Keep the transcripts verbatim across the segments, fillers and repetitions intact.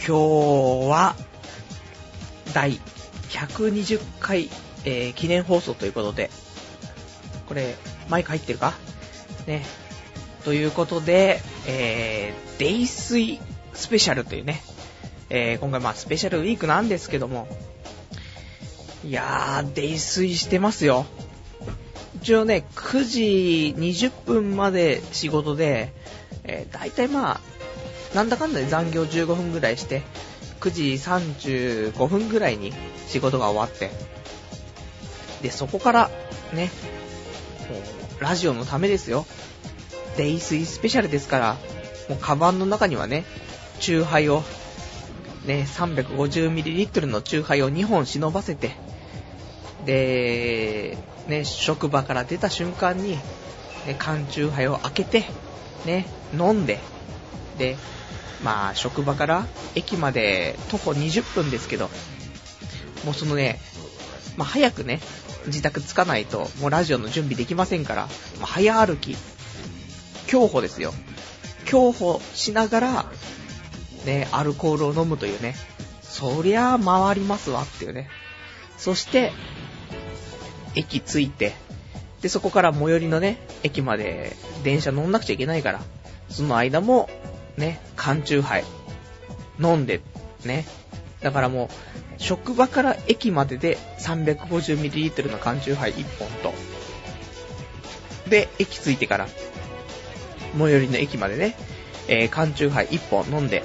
今日は第ひゃくにじゅっかい、えー、記念放送ということで、これマイク入ってるかね。ということで、えー、泥酔スペシャルというね、えー、今回まあスペシャルウィークなんですけども、いやー泥酔してますよ。一応ねくじにじゅっぷんまで仕事で、えー、だいたいまあなんだかんだで残業じゅうごふんぐらいしてくじさんじゅうごふんぐらいに仕事が終わって、でそこからねもうラジオのためですよ、泥酔スペシャルですから、もうカバンの中にはねチューハイをね さんびゃくごじゅうミリリットル のチューハイをにほん忍ばせて、でね職場から出た瞬間に、ね、缶チューハイを開けてね飲んで、でまあ職場から駅まで徒歩にじゅっぷんですけど、もうそのね、まあ、早くね自宅着かないともうラジオの準備できませんから、まあ、早歩き競歩ですよ、競歩しながらねアルコールを飲むというね、そりゃ回りますわっていうね。そして駅着いて、でそこから最寄りのね駅まで電車乗んなくちゃいけないから、その間もね缶チューハイ飲んでね、だからもう職場から駅までで さんびゃくごじゅうミリリットル の缶チューハイいっぽんと、で駅着いてから最寄りの駅までね、えー、缶チューハイいっぽん飲んで、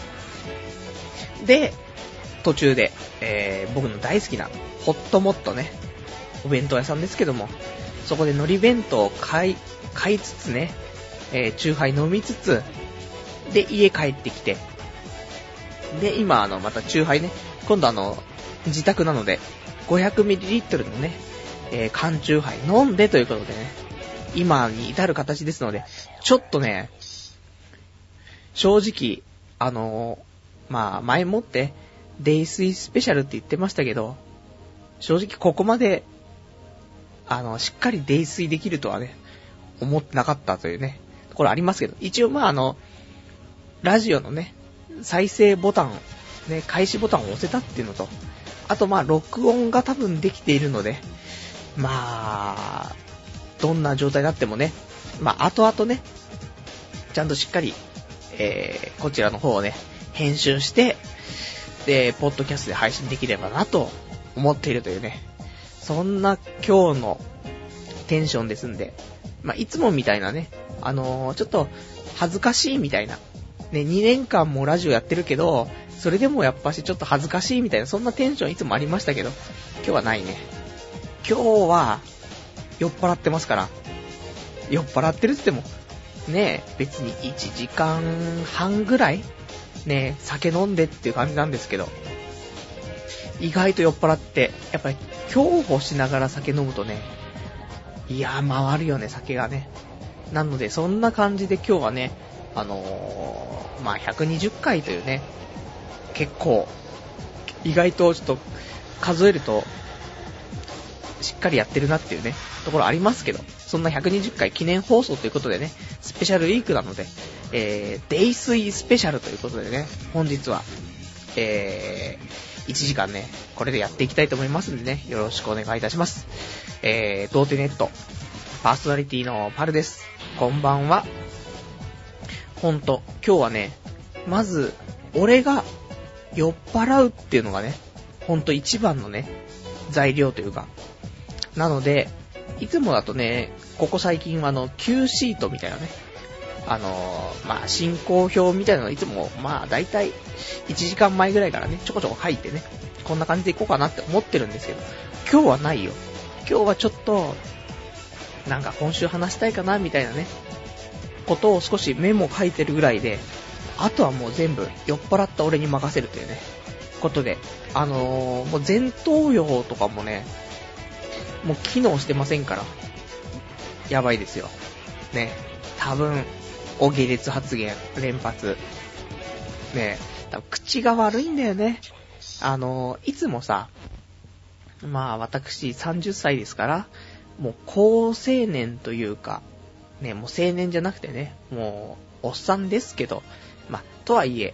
で途中で、えー、僕の大好きなホットモットねお弁当屋さんですけども、そこで海苔弁当を買い買いつつね、えー、チューハイ飲みつつで家帰ってきて、で今あのまたチューハイね、今度あの自宅なので ごひゃくミリリットル のね、えー、缶チューハイ飲んでということでね、今に至る形ですので、ちょっとね正直あのー、まあ前もって泥酔スペシャルって言ってましたけど、正直ここまであのしっかり泥酔できるとはね思ってなかったというねところありますけど、一応まああのラジオのね再生ボタンね開始ボタンを押せたっていうのと、あとまあ録音が多分できているので、まあどんな状態になってもね、まあ後々ねちゃんとしっかり、えー、こちらの方をね編集して、でポッドキャストで配信できればなと思っているというね、そんな今日のテンションですんで、まあいつもみたいなね、あのー、ちょっと恥ずかしいみたいなね、にねんかんもラジオやってるけどそれでもやっぱしちょっと恥ずかしいみたいな、そんなテンションいつもありましたけど、今日はないね。今日は酔っ払ってますから、酔っ払ってるって言ってもね別にいちじかんはんぐらいね酒飲んでっていう感じなんですけど、意外と酔っ払ってやっぱり競歩しながら酒飲むとね、いやー回るよね酒がね。なのでそんな感じで今日はね、あのー、まあひゃくにじゅっかいというね、結構意外とちょっと数えるとしっかりやってるなっていうねところありますけど、そんなひゃくにじゅっかい記念放送ということでね、スペシャルウィークなので、えー、泥酔スペシャルということでね、本日はえー、いちじかんねこれでやっていきたいと思いますんでね、よろしくお願いいたします。えー、童貞ネットパーソナリティのパルです。こんばんは。ほんと今日はね、まず俺が酔っ払うっていうのがねほんと一番のね材料というか、なのでいつもだとね、ここ最近はあの Q シートみたいなね、あのー、まあ進行表みたいなのいつもまあだいたいいちじかんまえぐらいからねちょこちょこ書いてね、こんな感じでいこうかなって思ってるんですけど、今日はないよ。今日はちょっとなんか今週話したいかなみたいなねことを少しメモ書いてるぐらいで、あとはもう全部酔っ払った俺に任せるというねことで、あのー、もう前頭葉とかもねもう機能してませんからやばいですよね。多分お下劣発言連発ね、多分口が悪いんだよね。あのー、いつもさ、まあ私さんじゅっさいですから、もう高青年というかね、もう青年じゃなくてね、もうおっさんですけど、まあとはいえ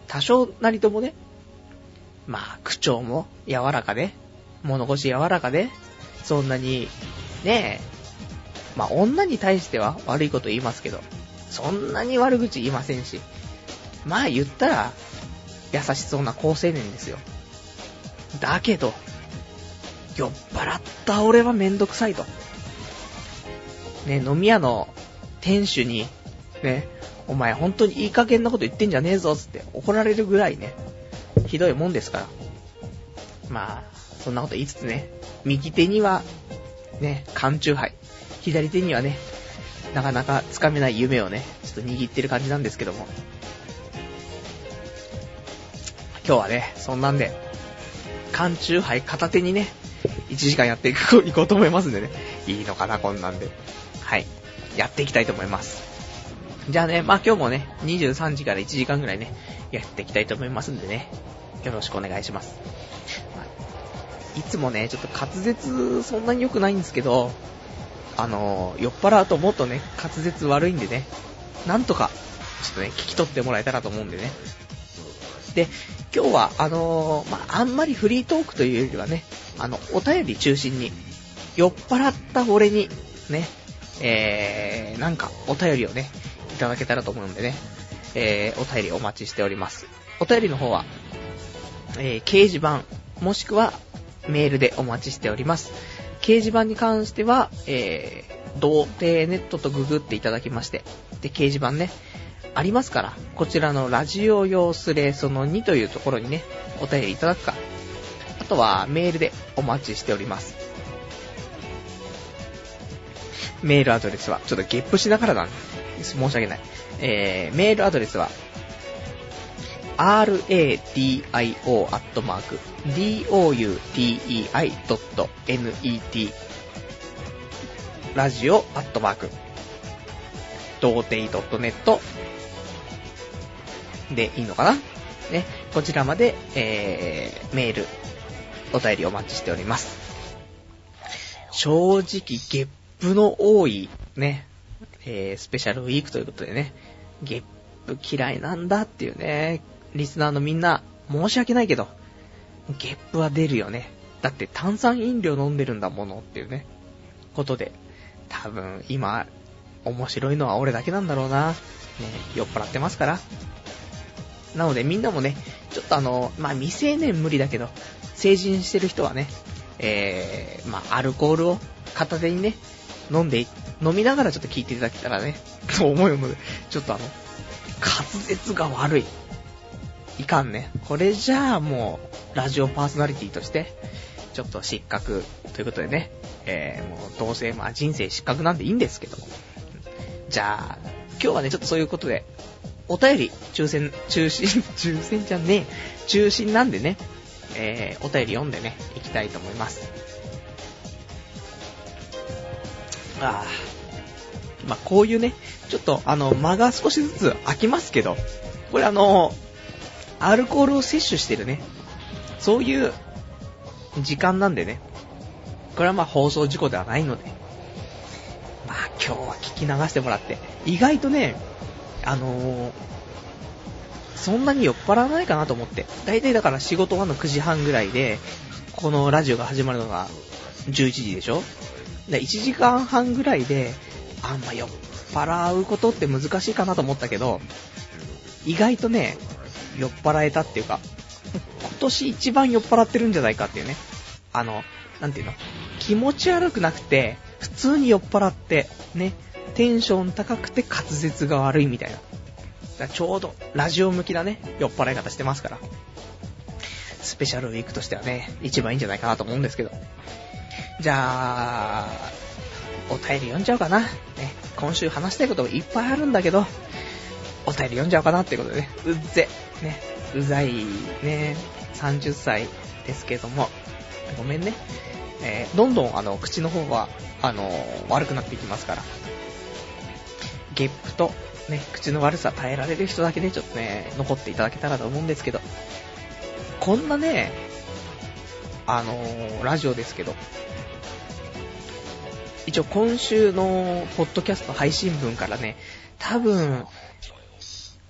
多少なりともね、まあ、口調も柔らかで、物腰柔らかで、そんなに、ねえ、まあ、女に対しては悪いこと言いますけど、そんなに悪口言いませんし、まあ言ったら、優しそうな好青年ですよ。だけど、酔っ払った俺はめんどくさいと。ね、飲み屋の店主に、ね、お前本当にいい加減なこと言ってんじゃねえぞつって怒られるぐらいね、ひどいもんですから。まあ、そんなこと言いつつね、右手には、ね、缶チューハイ。左手にはね、なかなかつかめない夢をね、ちょっと握ってる感じなんですけども。今日はね、そんなんで、缶チューハイ片手にね、いちじかんやっていこう、いこうと思いますんでね。いいのかな、こんなんで。はい。やっていきたいと思います。じゃあね、まあ今日もね、にじゅうさんじからいちじかんぐらいね、やっていきたいと思いますんでね。よろしくお願いします。まあ、いつもね、ちょっと滑舌そんなに良くないんですけど、あのー、酔っ払うともっとね、滑舌悪いんでね、なんとか、ちょっとね、聞き取ってもらえたらと思うんでね。で、今日は、あのー、まあ、あんまりフリートークというよりはね、あの、お便り中心に、酔っ払った俺に、ね、えー、なんか、お便りをね、いただけたらと思うんでね、えー、お便りお待ちしております。お便りの方は、えー、掲示板、もしくは、メールでお待ちしております。掲示板に関しては、えー、童貞ネットとググっていただきまして、で、掲示板ね、ありますから、こちらのラジオ用スレそのにというところにね、お便りいただくか、あとはメールでお待ちしております。メールアドレスは、ちょっとゲップしながらなんです。申し訳ない。えー、メールアドレスは、ラディオ アットマーク ドゥテイドットネット ラジオアットマークドーテイドットネットでいいのかなね、こちらまで、えー、メールお便りお待ちしております。正直ゲップの多いね、えー、スペシャルウィークということでね、ゲップ嫌いなんだっていうね、リスナーのみんな申し訳ないけど、ゲップは出るよね。だって炭酸飲料飲んでるんだものっていうね、ことで、多分今面白いのは俺だけなんだろうな、ね、酔っ払ってますから。なのでみんなもね、ちょっとあの、まあ未成年無理だけど、成人してる人はね、えー、まあアルコールを片手にね、飲んで、飲みながらちょっと聞いていただけたらね、と思うので、ちょっとあの、滑舌が悪い。いかんね。これじゃあもう、ラジオパーソナリティとして、ちょっと失格ということでね、えー、もうどうせ、まあ人生失格なんでいいんですけども。じゃあ、今日はね、ちょっとそういうことで、お便り、抽選、中心、抽選じゃねえ、中心なんでね、えー、お便り読んでね、いきたいと思います。あー、まあこういうね、ちょっとあの、間が少しずつ空きますけど、これあの、アルコールを摂取してるね、そういう時間なんでね、これはまあ放送事故ではないので、まあ今日は聞き流してもらって、意外とね、あのー、そんなに酔っ払わないかなと思って、だいたいだから仕事終わるのくじはんぐらいで、このラジオが始まるのがじゅういちじでしょ。でいちじかんはんぐらいで、あんま酔っ払うことって難しいかなと思ったけど、意外とね、酔っ払えたっていうか、今年一番酔っ払ってるんじゃないかっていうね。あの、なんていうの、気持ち悪くなくて、普通に酔っ払って、ね、テンション高くて滑舌が悪いみたいな。だからちょうどラジオ向きなね、酔っ払い方してますから。スペシャルウィークとしてはね、一番いいんじゃないかなと思うんですけど。じゃあ、お便り読んじゃおうかな。ね、今週話したいこといっぱいあるんだけど、お便り読んじゃおうかなっていうことでね、うっぜ、ね、うざいね、さんじゅっさいですけども、ごめんね。えー、どんどんあの、口の方は、あのー、悪くなっていきますから、ゲップと、ね、口の悪さ耐えられる人だけね、ちょっとね、残っていただけたらと思うんですけど、こんなね、あのー、ラジオですけど、一応今週のポッドキャスト配信分からね、多分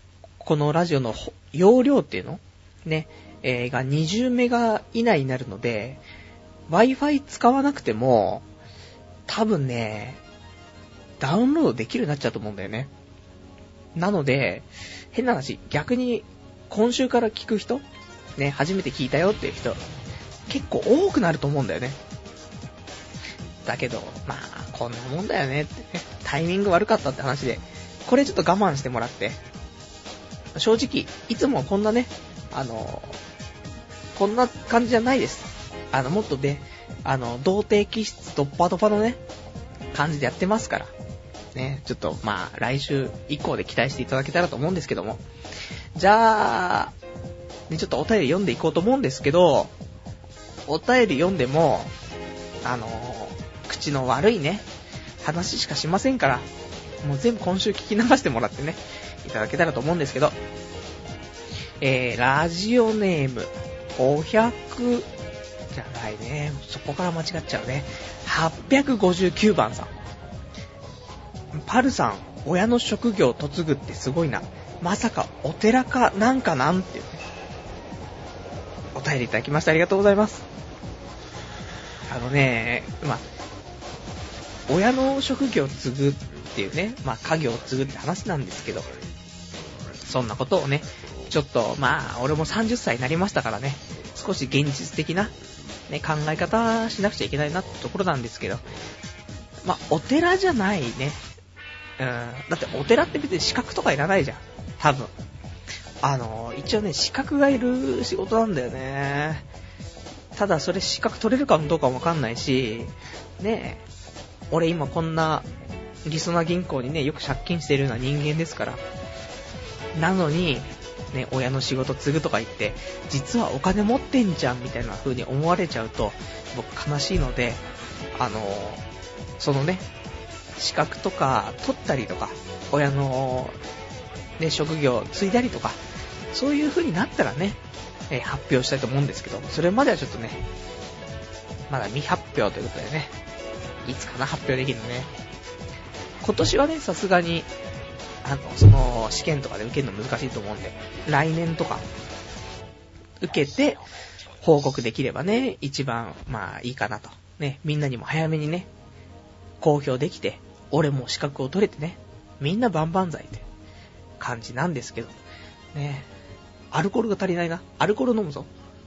このラジオの容量っていうのね、えー、がにじゅうメガ以内になるので、Wi-Fi 使わなくても、多分ね、ダウンロードできるようになっちゃうと思うんだよね。なので、変な話、逆に今週から聞く人ね、初めて聞いたよっていう人、結構多くなると思うんだよね。だけど、まあ、こんなもんだよねってね、タイミング悪かったって話で、これちょっと我慢してもらって、正直、いつもこんなね、あの、こんな感じじゃないです。あの、もっとね、あの、童貞気質ドッパドパのね、感じでやってますから。ね、ちょっと、まあ、来週以降で期待していただけたらと思うんですけども。じゃあ、ね、ちょっとお便り読んでいこうと思うんですけど、お便り読んでも、あの、口の悪いね、話しかしませんから、もう全部今週聞き流してもらってね、いただけたらと思うんですけど、えー、ラジオネーム、ごひゃく、じゃないね、そこから間違っちゃうね、はっぴゃくごじゅうきゅうばんさん。パルさん、親の職業嫁ぐってすごいな。まさかお寺かなんかなんていうね、お便りいただきましてありがとうございます。あのね、まあ、親の職業を継ぐっていうね、まあ家業を継ぐって話なんですけど、そんなことをね、ちょっとまあ俺もさんじゅっさいになりましたからね、少し現実的な、ね、考え方しなくちゃいけないなってところなんですけど、まあお寺じゃないね、うん、だってお寺って別に資格とかいらないじゃん、多分。あの一応ね、資格がいる仕事なんだよね。ただそれ資格取れるかどうかもわかんないしね、え俺今こんなりそな銀行にね、よく借金してるような人間ですから。なのにね、親の仕事継ぐとか言って実はお金持ってんじゃんみたいな風に思われちゃうと僕悲しいので、あのそのね、資格とか取ったりとか、親のね、職業継いだりとか、そういう風になったらね、えー、発表したいと思うんですけど、それまではちょっとね、まだ未発表ということでね、いつかな発表できるのね。今年はね、さすがにあのその試験とかで受けるの難しいと思うんで、来年とか受けて報告できればね、一番まあいいかなとね、みんなにも早めにね公表できて、俺も資格を取れてね、みんな万々歳って感じなんですけどね。アルコールが足りないな。アルコール飲むぞ。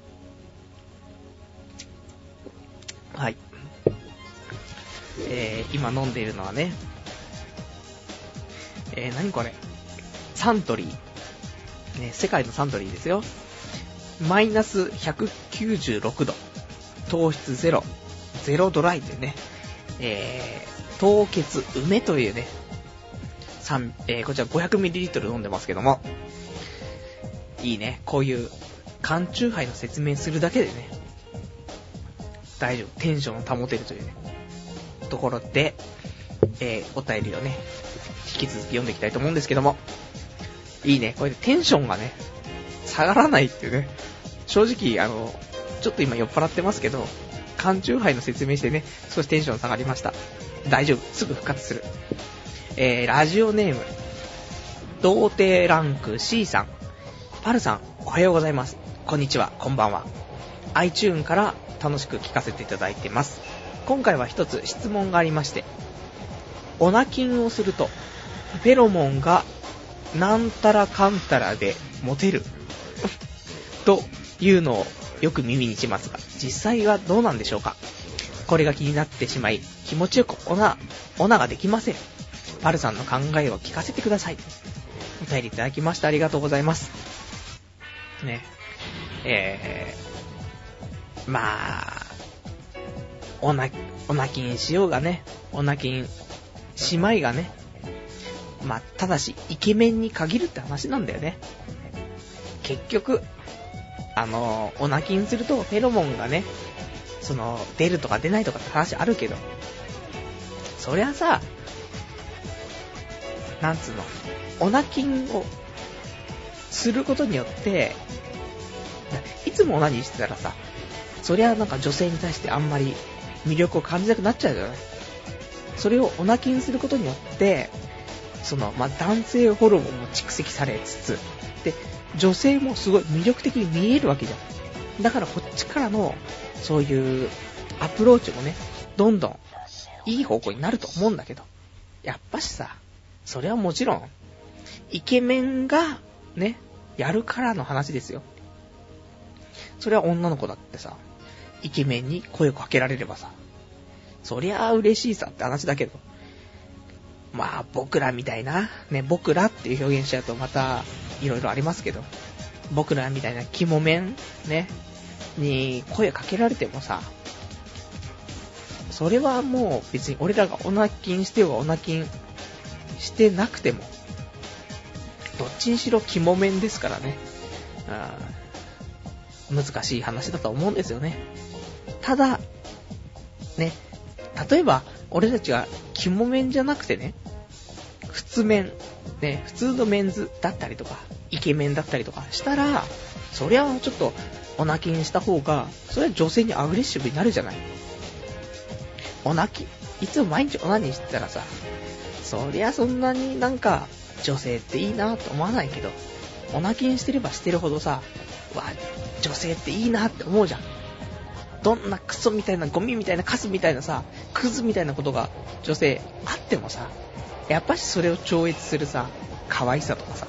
はい。えー、今飲んでいるのはね、えー、何これ、サントリー、ね、世界のサントリーですよ。マイナスひゃくきゅうじゅうろくど、糖質ゼロ、ゼロドライというね、えー、凍結梅というね、えー、こちら ごひゃくミリリットル 飲んでますけども、いいね、こういう缶チューハイの説明するだけでね、大丈夫、テンションを保てるというね、ところで、えー、お便りをね、引き続き読んでいきたいと思うんですけども、いいね、これでテンションがね、下がらないっていうね、正直、あの、ちょっと今酔っ払ってますけど、缶チューハイの説明してね、少しテンション下がりました。大丈夫、すぐ復活する。えー、ラジオネーム、童貞ランク C さん。パルさん、おはようございます。こんにちは、こんばんは。iTunes から楽しく聞かせていただいてます。今回は一つ質問がありまして、オナキンをするとフェロモンがなんたらかんたらでモテるというのをよく耳にしますが、実際はどうなんでしょうか。これが気になってしまい、気持ちよくオナオナができません。パルさんの考えを聞かせてください。お便りいただきましてありがとうございますね。えー、まあオナオナキンしようがね、オナキン姉妹がね、まあただしイケメンに限るって話なんだよね。結局あのオナキンするとフェロモンがね、その出るとか出ないとかって話あるけど、そりゃさ、なんつうの、オナキンをすることによっていつもオナニーしてたらさ、そりゃなんか女性に対してあんまり魅力を感じなくなっちゃうじゃない。それをオナキンすることによって、そのまあ男性ホルモンも蓄積されつつ、 で、女性もすごい魅力的に見えるわけじゃん。だからこっちからのそういうアプローチもね、どんどんいい方向になると思うんだけど、やっぱしさ、それはもちろんイケメンがね、やるからの話ですよ。それは女の子だってさ、イケメンに声をかけられればさ、そりゃあ嬉しいさって話だけど、まあ僕らみたいなね、僕らっていう表現しちゃうとまたいろいろありますけど、僕らみたいなキモメンねに声かけられてもさ、それはもう別に俺らがオナキンしてようがオナキンしてなくてもどっちにしろキモメンですからね。あ、難しい話だと思うんですよね。ただね、例えば俺たちがキモメンじゃなくてね、普通メンね、普通のメンズだったりとかイケメンだったりとかしたら、そりゃちょっとオナキンした方がそれは女性にアグレッシブになるじゃない。オナキンいつも毎日オナニーしてたらさ、そりゃそんなになんか女性っていいなと思わないけど、オナキンしてればしてるほどさ、わ、女性っていいなって思うじゃん。どんなクソみたいなゴミみたいなカスみたいなさ、クズみたいなことが女性あってもさ、やっぱしそれを超越するさ、可愛さとかさ、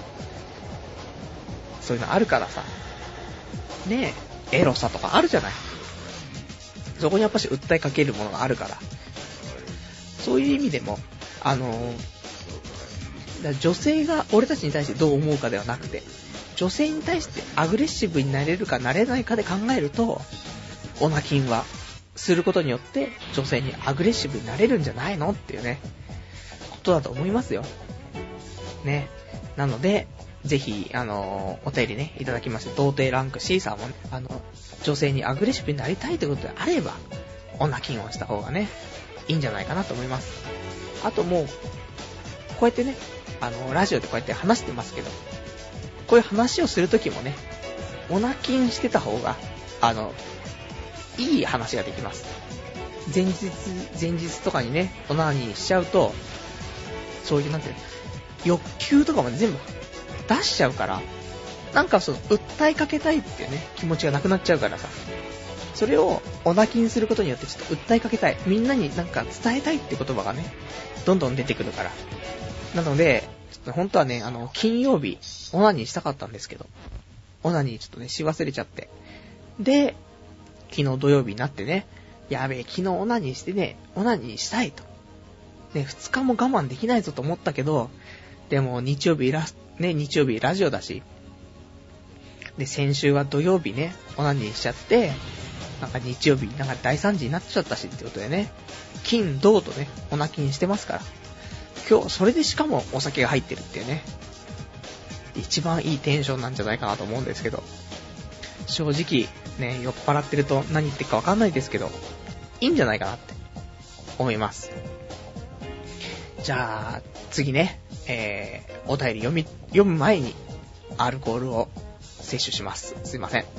そういうのあるからさ、ねえ、エロさとかあるじゃない。そこにやっぱし訴えかけるものがあるから、そういう意味でもあのだ女性が俺たちに対してどう思うかではなくて、女性に対してアグレッシブになれるかなれないかで考えると、オナキンはすることによって女性にアグレッシブになれるんじゃないのっていうね、ことだと思いますよね。なのでぜひあのお便りねいただきまして、童貞ランク C さんもね、あの女性にアグレッシブになりたいということであればオナキンをした方がねいいんじゃないかなと思います。あともうこうやってね、あのラジオでこうやって話してますけど、こういう話をするときもね、オナキンしてた方があのいい話ができます。前日前日とかにねオナニーしちゃうと、そういうなんていうの、欲求とかも全部出しちゃうから、なんかその訴えかけたいっていうね気持ちがなくなっちゃうからさ、それをオナキンすることによってちょっと訴えかけたい、みんなになんか伝えたいって言葉がねどんどん出てくるから。なのでちょっと本当はね、あの金曜日オナニーしたかったんですけど、オナニーちょっとねし忘れちゃって、で昨日土曜日になってね、やべえ昨日オナニーしてね、オナニーしたいとね、ふつかも我慢できないぞと思ったけど、でも日曜日ラね日曜日ラジオだし、で先週は土曜日ねオナニーしちゃって、なんか日曜日なんか大惨事になっちゃったしってことでね、金土とねオナキンしてますから、今日それでしかもお酒が入ってるっていうね、一番いいテンションなんじゃないかなと思うんですけど、正直ね酔っ払ってると何言ってるか分かんないですけど、いいんじゃないかなって思います。じゃあ次ね、えー、お便り読み読む前にアルコールを摂取します。すいません。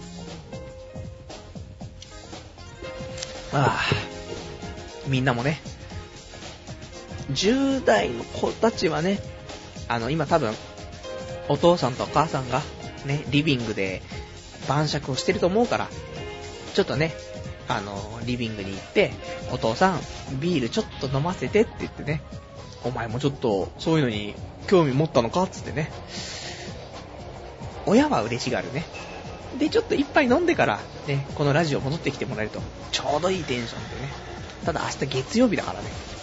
ああ、みんなもね、じゅう代の子たちはね、あの今多分お父さんとお母さんがねリビングで晩酌をしてると思うから、ちょっとねあのリビングに行って、お父さんビールちょっと飲ませてって言ってね、お前もちょっとそういうのに興味持ったのかっつってね、親は嬉しがるね。でちょっと一杯飲んでからねこのラジオ戻ってきてもらえるとちょうどいいテンションでね。ただ明日月曜日だからね、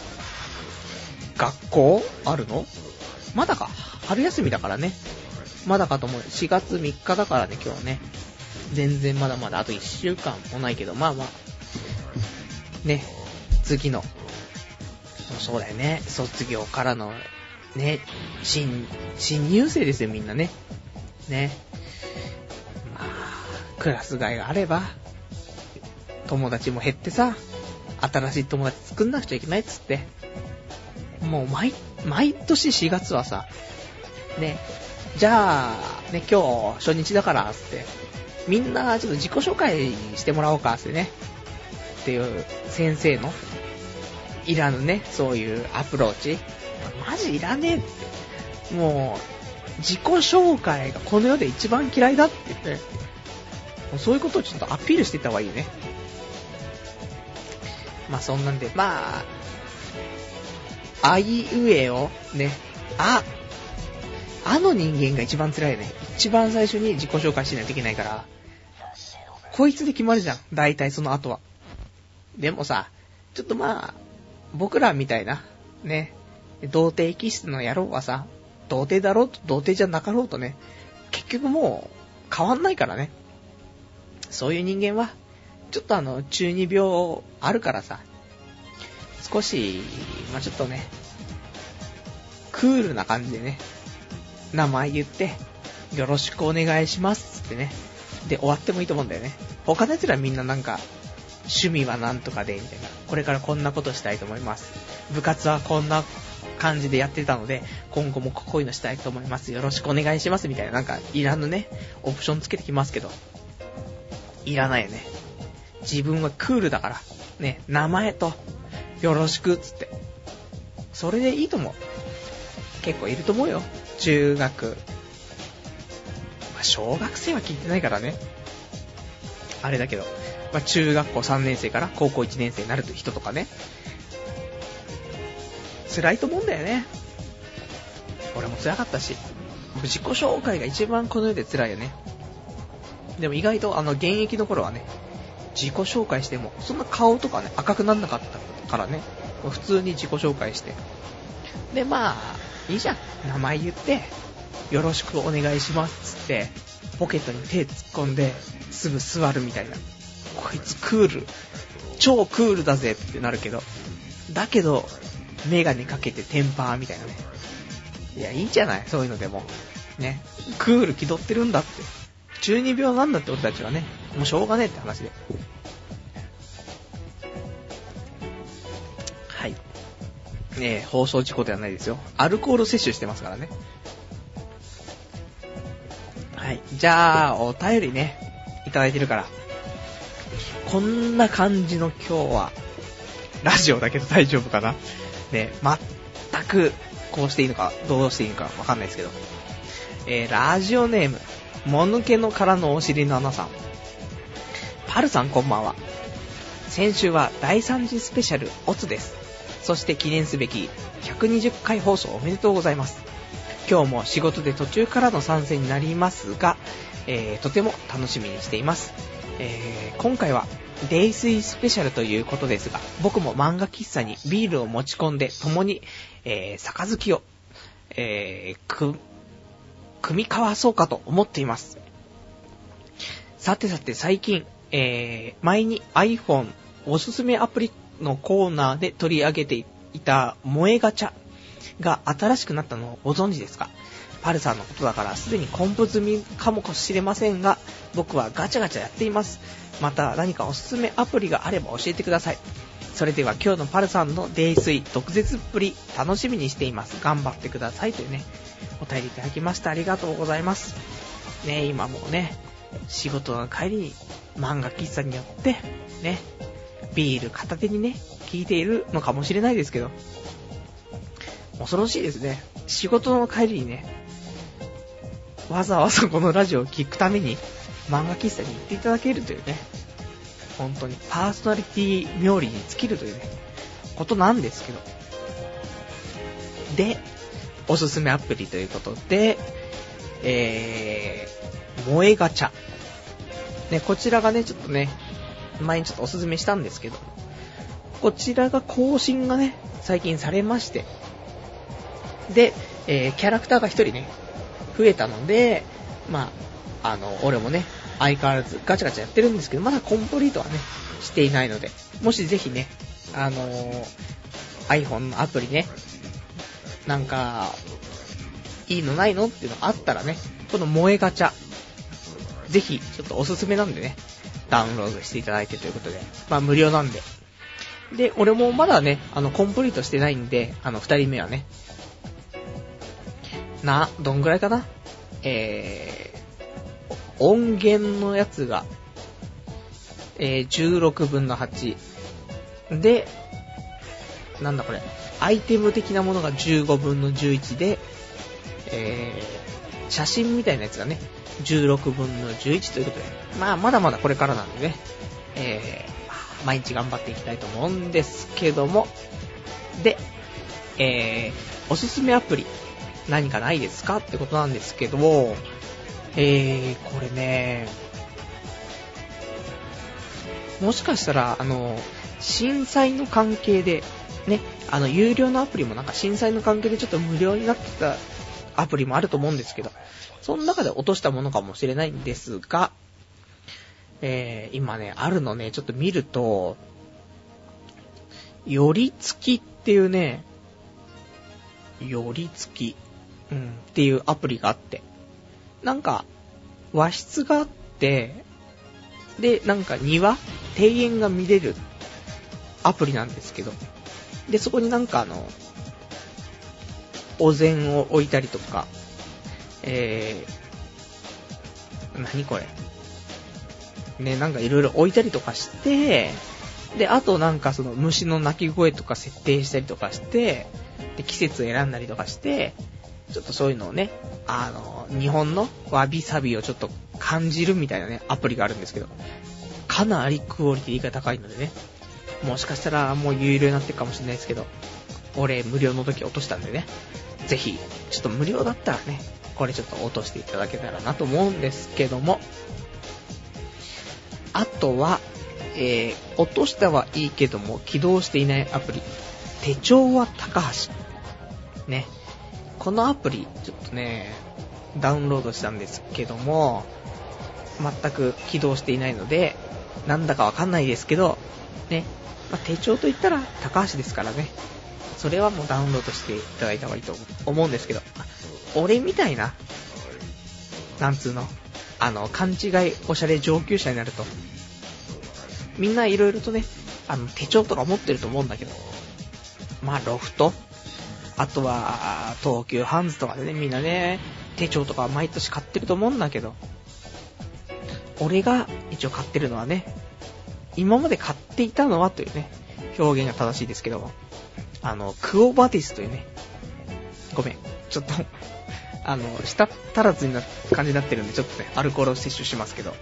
学校あるの？まだか、春休みだからね、まだかと思う。しがつみっかだからね今日ね、全然まだまだあといっしゅうかんもないけど、まあまあね、次のそうだよね、卒業からのね新新入生ですよみんなね。ね、まあクラス替えがあれば友達も減ってさ、新しい友達作んなくちゃいけないっつって、もう毎毎年しがつはさね、じゃあね今日初日だからっつってみんなちょっと自己紹介してもらおうかっつってねっていう先生のいらぬねそういうアプローチ、マジいらねえって、も自己紹介がこの世で一番嫌いだって言って、もうそういうことをちょっとアピールしていった方がいいよね。まあそんなんで、まあ、あいうえをね、あ、あの人間が一番辛いよね。一番最初に自己紹介しないといけないから、こいつで決まるじゃん。大体その後は。でもさ、ちょっとまあ、僕らみたいな、ね、童貞気質の野郎はさ、童貞だろうと童貞じゃなかろうとね、結局もう変わんないからね。そういう人間は、ちょっとあの、中二病あるからさ、少し、まあちょっとね、クールな感じでね、名前言って、よろしくお願いしますってね、で終わってもいいと思うんだよね。他の奴らみんななんか、趣味はなんとかで、みたいな。これからこんなことしたいと思います。部活はこんな感じでやってたので、今後もこういうのしたいと思います。よろしくお願いします。みたいな、なんか、いらぬね、オプションつけてきますけど、いらないよね。自分はクールだから、ね、名前と、よろしく、つって。それでいいと思う。結構いると思うよ。中学。まあ、小学生は聞いてないからね。あれだけど。まあ、中学校さんねん生から高校いちねん生になる人とかね、辛いと思うんだよね。俺も辛かったし、自己紹介が一番この世で辛いよね。でも意外とあの現役の頃はね、自己紹介してもそんな顔とかね赤くなんなかったからね、普通に自己紹介して、でまあいいじゃん、名前言ってよろしくお願いしますっつってポケットに手突っ込んですぐ座るみたいな。こいつクール、超クールだぜってなるけど、だけどメガネかけてテンパーみたいなね。いやいいじゃない、そういうのでもね、クール気取ってるんだって、中二病なんだって俺たちはね、もうしょうがねえって話で。はいねえ、放送事故ではないですよ。アルコール摂取してますからね。はい、じゃあお便りねいただいてるから、こんな感じの今日はラジオだけど大丈夫かなね、全くこうしていいのかどうしていいのかわかんないですけど、えー、ラジオネームもぬけのからのお尻の穴さん。パルさんこんばんは。先週はだいさん次スペシャルオツです。そして記念すべきひゃくにじゅっかい放送おめでとうございます。今日も仕事で途中からの参戦になりますが、えー、とても楽しみにしています。えー、今回は泥酔スペシャルということですが、僕も漫画喫茶にビールを持ち込んで共に、えー、杯を、えー、く組み交わそうかと思っています。さてさて最近、えー、前に iPhone おすすめアプリのコーナーで取り上げていた萌えガチャが新しくなったのをご存知ですか？パルさんのことだからすでにコンプ済みかもしれませんが、僕はガチャガチャやっています。また何かおすすめアプリがあれば教えてください。それでは今日のパルさんの泥酔毒舌っぷり楽しみにしています。頑張ってくださいというね、お便りいただきました。ありがとうございますね。今もうね、仕事の帰りに漫画喫茶によってね、ビール片手にね聞いているのかもしれないですけど、恐ろしいですね。仕事の帰りにね、わざわざこのラジオを聞くために漫画喫茶に行っていただけるというね、本当にパーソナリティ冥利に尽きるというねことなんですけど、でおすすめアプリということで、えー、萌えガチャね、こちらがねちょっとね前にちょっとおすすめしたんですけど、こちらが更新がね最近されまして、で、えー、キャラクターが一人ね増えたので、まああの俺もね相変わらずガチャガチャやってるんですけど、まだコンプリートはねしていないので、もしぜひねあのー、iPhone のアプリねなんかいいのないのっていうのあったらね、この萌えガチャぜひちょっとおすすめなんでねダウンロードしていただいてということで、まあ無料なんで、で俺もまだねあのコンプリートしてないんで、あの二人目はねなどんぐらいかな、えー、音源のやつが、えー、じゅうろくぶんのはちで、なんだこれアイテム的なものがじゅうごぶんのじゅういちで、え写真みたいなやつがね、じゅうろくぶんのじゅういちということで、まあまだまだこれからなんでね、えー、毎日頑張っていきたいと思うんですけども、で、えー、おすすめアプリ何かないですかってことなんですけども、えー、これね、もしかしたらあの震災の関係でね、あの有料のアプリもなんか震災の関係でちょっと無料になってたアプリもあると思うんですけど、その中で落としたものかもしれないんですが、えー、今ねあるのね、ちょっと見ると、よりつきっていうね、よりつき、うん、っていうアプリがあって、なんか和室があって、でなんか庭、庭園が見れるアプリなんですけど、でそこになんかあのお膳を置いたりとか、えー、何これね、なんかいろいろ置いたりとかして、であとなんかその虫の鳴き声とか設定したりとかして、で季節を選んだりとかして、ちょっとそういうのをね、あの日本のわびさびをちょっと感じるみたいなねアプリがあるんですけど、かなりクオリティが高いのでね、もしかしたらもう有料になってるかもしれないですけど、俺無料の時落としたんでね、ぜひちょっと無料だったらね、これちょっと落としていただけたらなと思うんですけども、あとは、えー、落としたはいいけども起動していないアプリ、手帳は高橋ね。このアプリちょっとねダウンロードしたんですけども、全く起動していないのでなんだかわかんないですけどね、まあ、手帳といったら高橋ですからね、それはもうダウンロードしていただいた方がいいと思うんですけど、俺みたいななんつうの、あの勘違いおしゃれ上級者になると、みんないろいろとね、あの手帳とか持ってると思うんだけど、まあロフト、あとは東急ハンズとかでね、みんなね手帳とか毎年買ってると思うんだけど、俺が一応買ってるのはね、今まで買っていたのはというね表現が正しいですけど、あのクオバディスというね、ごめんちょっとあの舌足らずにな感じになってるんで、ちょっとねアルコールを摂取しますけど、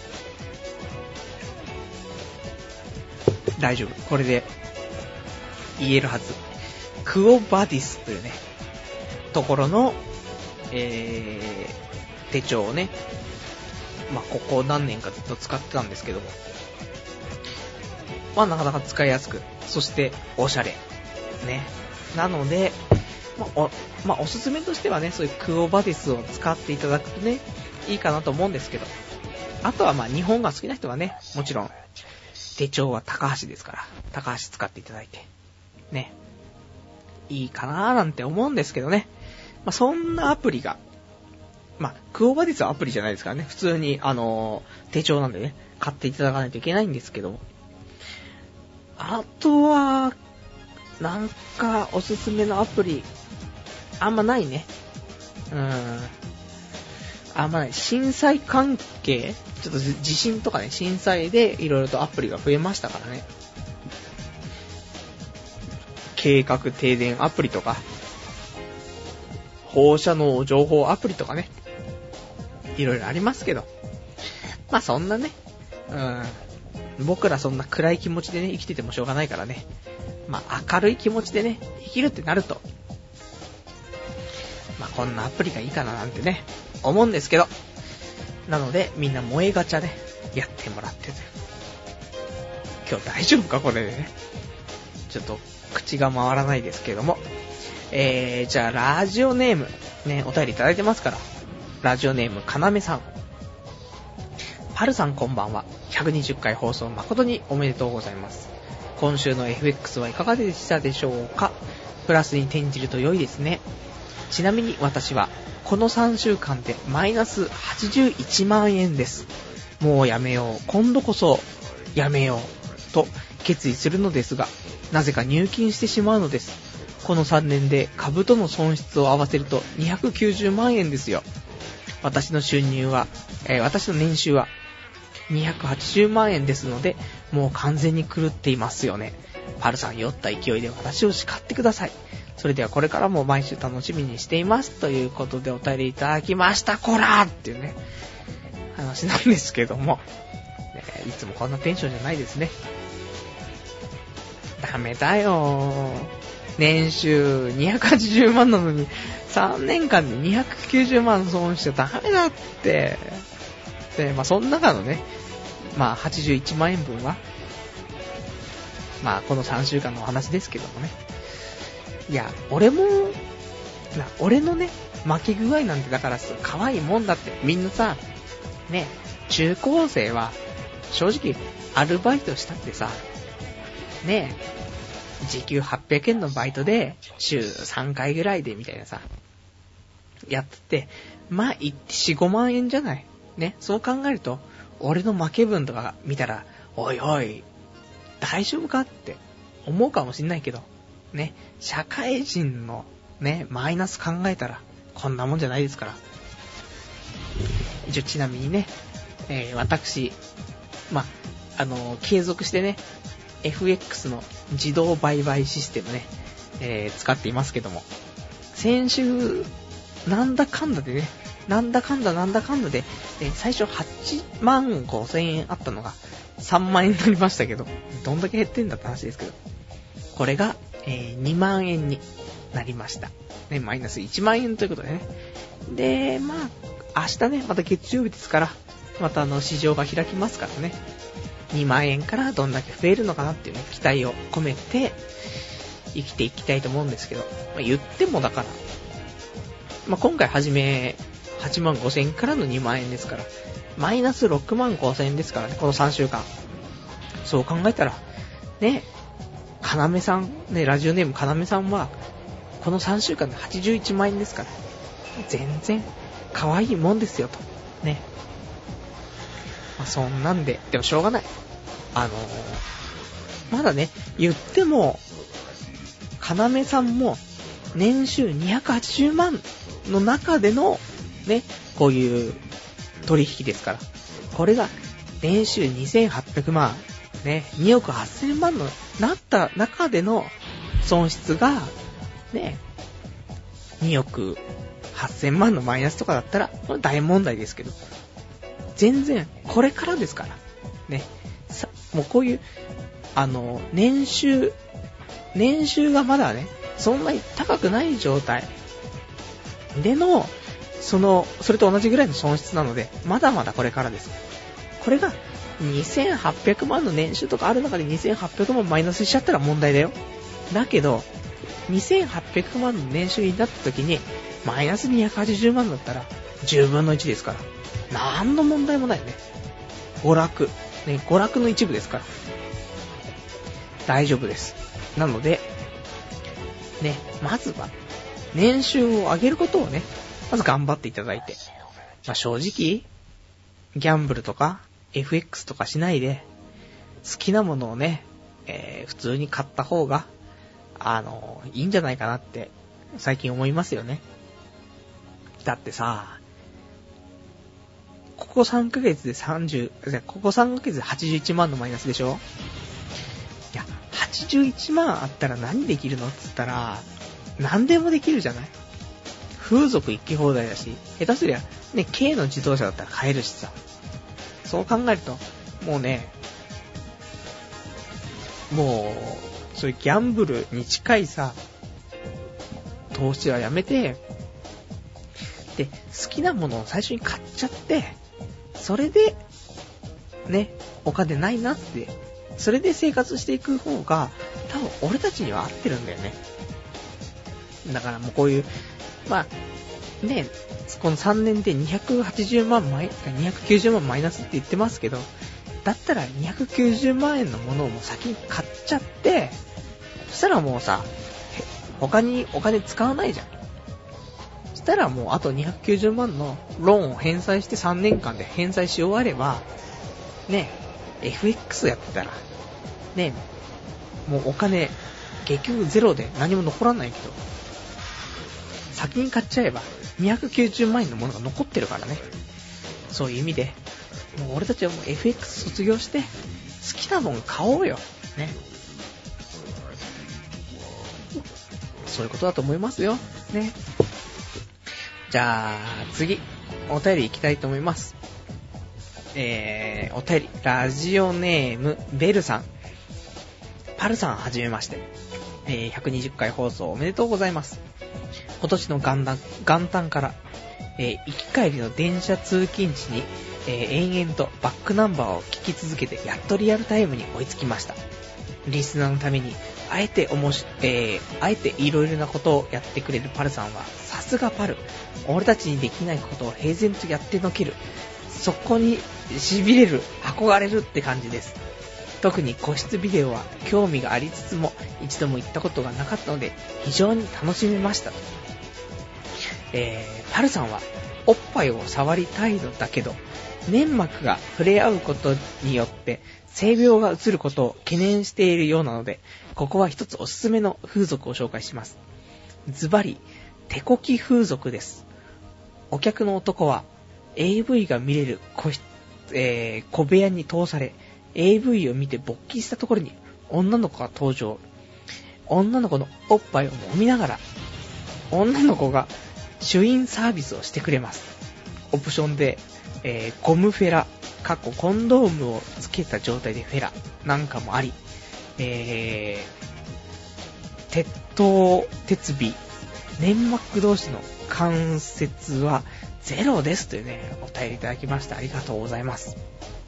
大丈夫、これで言えるはず。クオバディスというねところの、えー、手帳をね、まあここ何年かずっと使ってたんですけども、まあなかなか使いやすく、そしておしゃれね、なので、まあ お, まあ、おすすめとしてはね、そういうクオバディスを使っていただくとねいいかなと思うんですけど、あとはまあ日本が好きな人はね、もちろん手帳は高橋ですから、高橋使っていただいてね、いいかなーなんて思うんですけどね。まあ、そんなアプリが、まあ、クオバディスはアプリじゃないですからね、普通にあのー、手帳なんでね買っていただかないといけないんですけども、あとはなんかおすすめのアプリあんまないね。うーん、あんまない。震災関係、ちょっと地震とかね、震災でいろいろとアプリが増えましたからね。計画停電アプリとか、放射能情報アプリとかね、いろいろありますけど、まあそんなね、うん、僕らそんな暗い気持ちでね生きててもしょうがないからね、まあ明るい気持ちでね生きるってなると、まあこんなアプリがいいかななんてね思うんですけど、なのでみんな萌えガチャねやってもらってて、今日大丈夫かこれでね、ちょっと口が回らないですけども、えー、じゃあラジオネームね、お便りいただいてますから、ラジオネームかなめさん、パルさんこんばんは。ひゃくにじゅっかい放送誠におめでとうございます。今週の エフエックス はいかがでしたでしょうか。プラスに転じると良いですね。ちなみに私はこのさんしゅうかんでマイナスはちじゅういちまんえんです。もうやめよう、今度こそやめようと決意するのですが、なぜか入金してしまうのです。このさんねんで株との損失を合わせるとにひゃくきゅうじゅうまんえんですよ。私の収入は、えー、私の年収はにひゃくはちじゅうまんえんですので、もう完全に狂っていますよね。パルさん、酔った勢いで私を叱ってください。 それではこれからも毎週楽しみにしていますということでお便りいただきました。こらーっていうね、話なんですけども、ね、いつもこんなテンションじゃないですね。ダメだよー。年収にひゃくはちじゅうまんなのにさんねんかんでにひゃくきゅうじゅうまん損しちゃダメだって。で、まあその中のね、まあはちじゅういちまんえんぶんは、まあこのさんしゅうかんのお話ですけどもね。いや、俺も、な、俺のね、負け具合なんてだから可愛いもんだって。みんなさ、ね、中高生は正直アルバイトしたってさ、ね、時給はっぴゃくえんのバイトで週さんかいぐらいでみたいなさ、やってて、まあよん、ごまんえんじゃない。ね、そう考えると、俺の負け分とか見たら、おいおい、大丈夫かって思うかもしんないけど、ね、社会人のね、マイナス考えたら、こんなもんじゃないですから。一応ちなみにね、えー、私、まあ、あのー、継続してね、エフエックス の自動売買システムね、えー、使っていますけども、先週、なんだかんだでね、なんだかんだなんだかんだで、えー、最初はちまんごせんえんあったのがさんまんえんになりましたけど、どんだけ減ってんだって話ですけど、これが、えー、にまんえんになりました。ね、マイナスいちまんえんということでね。で、まあ、明日ね、また月曜日ですから、またあの、市場が開きますからね。にまんえんからどんだけ増えるのかなっていうね、期待を込めて生きていきたいと思うんですけど、まあ、言ってもだから、まあ、今回はじめはちまんごせんえんからのにまんえんですから、マイナスろくまんごせんえんですからね、このさんしゅうかん。そう考えたら、ね、かなめさん、ね、ラジオネームかなめさんは、このさんしゅうかんではちじゅういちまんえんですから、全然可愛いもんですよと。ね。まあ、そんなんで、でもしょうがない。あのー、まだね、言っても、かなめさんも、年収にひゃくはちじゅうまんの中での、ね、こういう取引ですから。これが、年収にせんはっぴゃくまん、ね、におくはっせんまんのなった中での損失が、ね、におくはっせんまんのマイナスとかだったら、これ大問題ですけど。全然、これからですから。ね。さ、もうこういう、あの、年収、年収がまだね、そんなに高くない状態での、その、それと同じぐらいの損失なので、まだまだこれからです。これが、にせんはっぴゃくまんの年収とかある中でにせんはっぴゃくまんマイナスしちゃったら問題だよ。だけど、にせんはっぴゃくまんの年収になった時に、マイナスにひゃくはちじゅうまんだったら、じゅうぶんのいちですから。なんの問題もないよね。娯楽。ね、娯楽の一部ですから。大丈夫です。なので、ね、まずは、年収を上げることをね、まず頑張っていただいて。まあ、正直、ギャンブルとか、エフエックス とかしないで、好きなものをね、えー、普通に買った方が、あの、いいんじゃないかなって、最近思いますよね。だってさ、ここさんかげつでさんじゅう、ここさんかげつではちじゅういちまんのマイナスでしょ？いや、はちじゅういちまんあったら何できるのって言ったら、何でもできるじゃない？風俗行き放題だし、下手すりゃ、ね、軽の自動車だったら買えるしさ。そう考えると、もうね、もう、そういうギャンブルに近いさ、投資はやめて、で、好きなものを最初に買っちゃって、それで、ね、お金ないなって、それで生活していく方が、多分俺たちには合ってるんだよね。だからもうこういう、まあ、ね、このさんねんでにひゃくはちじゅうまんマイ、にひゃくきゅうじゅうまんマイナスって言ってますけど、だったらにひゃくきゅうじゅうまんえんのものをもう先に買っちゃって、そしたらもうさ、他にお金使わないじゃん。そしたらもうあとにひゃくきゅうじゅうまんのローンを返済してさんねんかんで返済し終われば、ね、エフエックス やってたら、ね、もうお金、結局ゼロで何も残らないけど、先に買っちゃえばにひゃくきゅうじゅうまんえんのものが残ってるからね。そういう意味で、もう俺たちはもう エフエックス 卒業して、好きなもん買おうよ。ね。 そういうことだと思いますよ。ね。じゃあ、次、お便り行きたいと思います。えー、お便り、ラジオネーム、ベルさん。パルさんはじめまして。えー、ひゃくにじゅっかい放送おめでとうございます。今年の元旦、元旦から、えー、行き帰りの電車通勤地に、えー、延々とバックナンバーを聞き続けて、やっとリアルタイムに追いつきました。リスナーのために、あえておもし、えー、あえていろいろなことをやってくれるパルさんは、さすがパル。俺たちにできないことを平然とやってのける。そこに痺れる、憧れるって感じです。特に個室ビデオは興味がありつつも一度も行ったことがなかったので非常に楽しめました。えー、パルさんはおっぱいを触りたいのだけど粘膜が触れ合うことによって性病が移ることを懸念しているようなので、ここは一つおすすめの風俗を紹介します。ズバリ手こき風俗です。お客の男は エーブイ が見れる 小,、えー、小部屋に通され、エーブイ を見て勃起したところに女の子が登場。女の子のおっぱいを揉みながら女の子が主飲サービスをしてくれます。オプションで、えー、ゴムフェラ、かっこコンドームをつけた状態でフェラなんかもあり、えー、鉄塔、鉄尾、粘膜同士の関節はゼロですというね、お便りいただきました。ありがとうございます。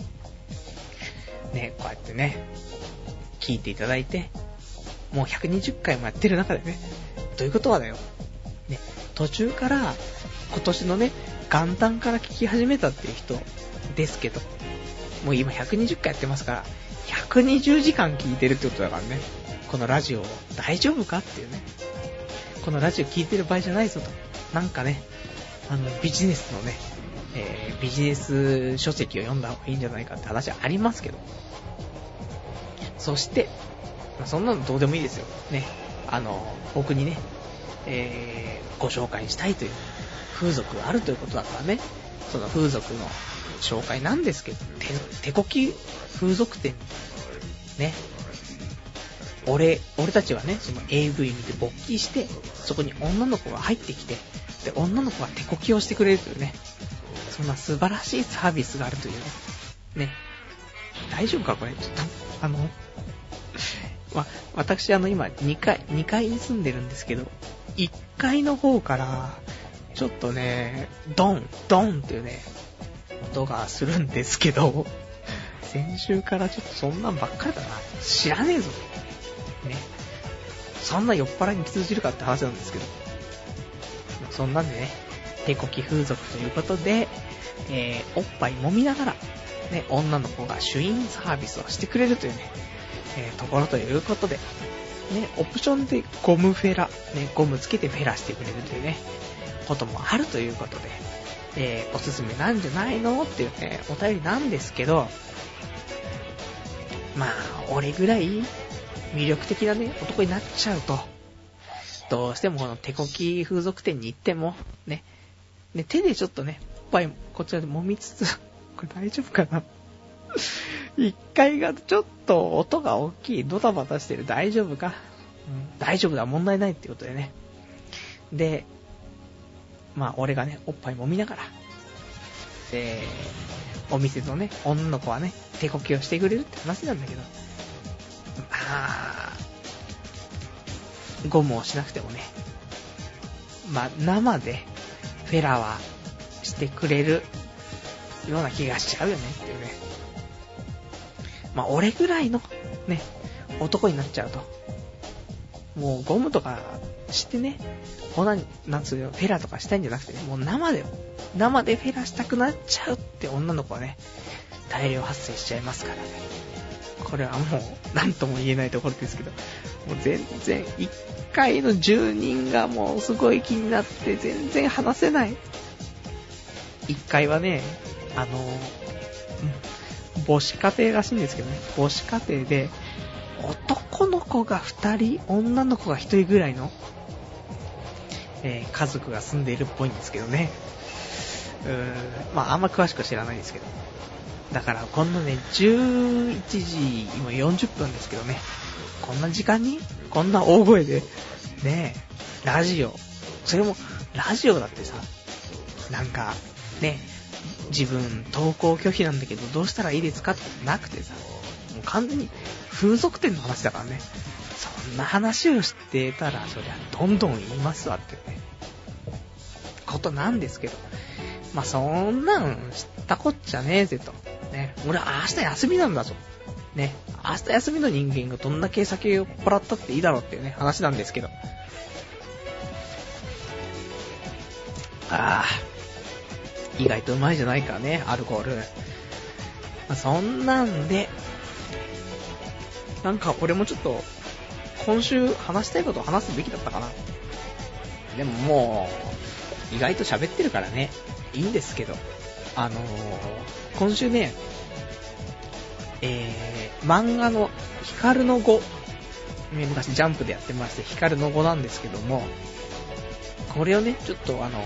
ね、こうやってね、聞いていただいて、もうひゃくにじゅっかいもやってる中でね、どういうことはだよ。ね、途中から今年のね、元旦から聞き始めたっていう人ですけど、もう今ひゃくにじゅっかいやってますから、ひゃくにじゅうじかん聞いてるってことだからね、このラジオ大丈夫かっていうね、このラジオ聞いてる場合じゃないぞと、なんかね、あのビジネスのね、えー、ビジネス書籍を読んだ方がいいんじゃないかって話はありますけど、そして、まあ、そんなのどうでもいいですよね。あの僕にね、えー、ご紹介したいという風俗があるということだからね、その風俗の紹介なんですけど、手, 手こき風俗店ね、俺俺たちはね、その エーブイ 見て勃起して、そこに女の子が入ってきて、で女の子が手こきをしてくれるというね、そんな素晴らしいサービスがあるというね。ね。大丈夫かこれ。ちょっと、あの、ま、私あの今にかい、にかいに住んでるんですけど、いっかいの方から、ちょっとね、ドン、ドンっていうね、音がするんですけど、先週からちょっとそんなんばっかりだな。知らねえぞ。ね。そんな酔っ払いに通じるかって話なんですけど。そんなんでね、手こき風俗ということで、えー、おっぱい揉みながら、ね、女の子が主飲サービスをしてくれるというね、えー、ところということで、ね、オプションでゴムフェラ、ね、ゴムつけてフェラしてくれるというね、こともあるということで、えー、おすすめなんじゃないのっていうね、お便りなんですけど、まあ、俺ぐらい魅力的なね、男になっちゃうと、どうしてもこの手こき風俗店に行っても、ね、ね、手でちょっとね、おっぱいこちらで揉みつつ、これ大丈夫かな一階がちょっと音が大きい、ドタバタしてる、大丈夫か、うん、大丈夫だ、問題ないっていうことでね。で、まあ俺がね、おっぱい揉みながら、で、お店のね、女の子はね、手こきをしてくれるって話なんだけど、まあ、ゴムをしなくてもね、まあ生でフェラはしてくれるような気がしちゃうよねっていうね。まあ俺ぐらいのね、男になっちゃうと、もうゴムとかしてね、こんななんつうよ、フェラとかしたいんじゃなくてね、もう生で生でフェラしたくなっちゃうって女の子はね、大量発生しちゃいますからね。これはもう何とも言えないところですけど、もう全然いっかいの住人がもうすごい気になって全然話せない。いっかいはね、あの、うん、母子家庭らしいんですけどね、母子家庭で男の子がふたり、女の子がひとりぐらいの、えー、家族が住んでいるっぽいんですけどね。うーん、まああんま詳しく知らないんですけど、 だからこんなね、じゅういちじ、今よんじゅっぷんですけどね、こんな時間に、こんな大声で、ねえ、ラジオ、それも、ラジオだってさ、なんか、ね、自分投稿拒否なんだけど、どうしたらいいですかってなくてさ、もう完全に風俗店の話だからね、そんな話をしてたら、そりゃ、どんどん言いますわってね、ことなんですけど、まあ、そんなん知ったこっちゃねえぜと。ね、俺は明日休みなんだぞ。ね、明日休みの人間がどんだけ酒を酔っ払ったっていいだろうっていうね、話なんですけど。ああ、意外とうまいじゃないかね、アルコール。まあ、そんなんで、なんか俺もちょっと、今週話したいことを話すべきだったかな。でももう、意外と喋ってるからね、いいんですけど。あのー、今週ね、えー、漫画のヒカルの碁、昔ジャンプでやってまして、ヒカルの碁なんですけども、これをね、ちょっとあのー、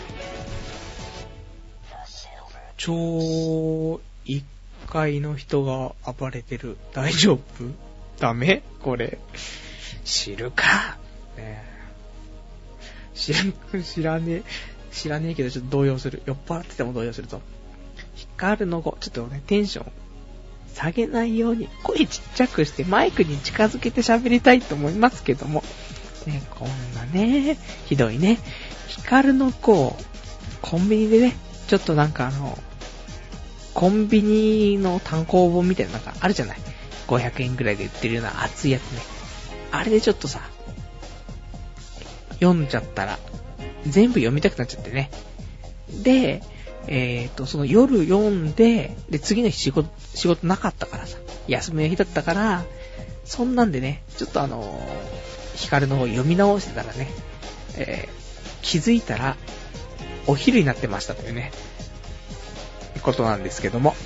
超一階の人が暴れてる。大丈夫？ダメ？これ。知るか、ね、知ら、知らねえ。知らねえけどちょっと動揺する。酔っ払ってても動揺するぞ。ヒカルの子、ちょっとね、テンション下げないように、声ちっちゃくしてマイクに近づけて喋りたいと思いますけども。ね、こんなね、ひどいね。ヒカルの子を、コンビニでね、ちょっとなんかあの、コンビニの単行本みたいななんかあるじゃない。ごひゃくえんぐらいで売ってるような熱いやつね。あれでちょっとさ、読んじゃったら、全部読みたくなっちゃってね。で、えーと、その夜読んで、で、次の日仕事、仕事なかったからさ、休みの日だったから、そんなんでね、ちょっとあのー、ヒカルの方読み直してたらね、えー、気づいたら、お昼になってましたというね、ことなんですけども。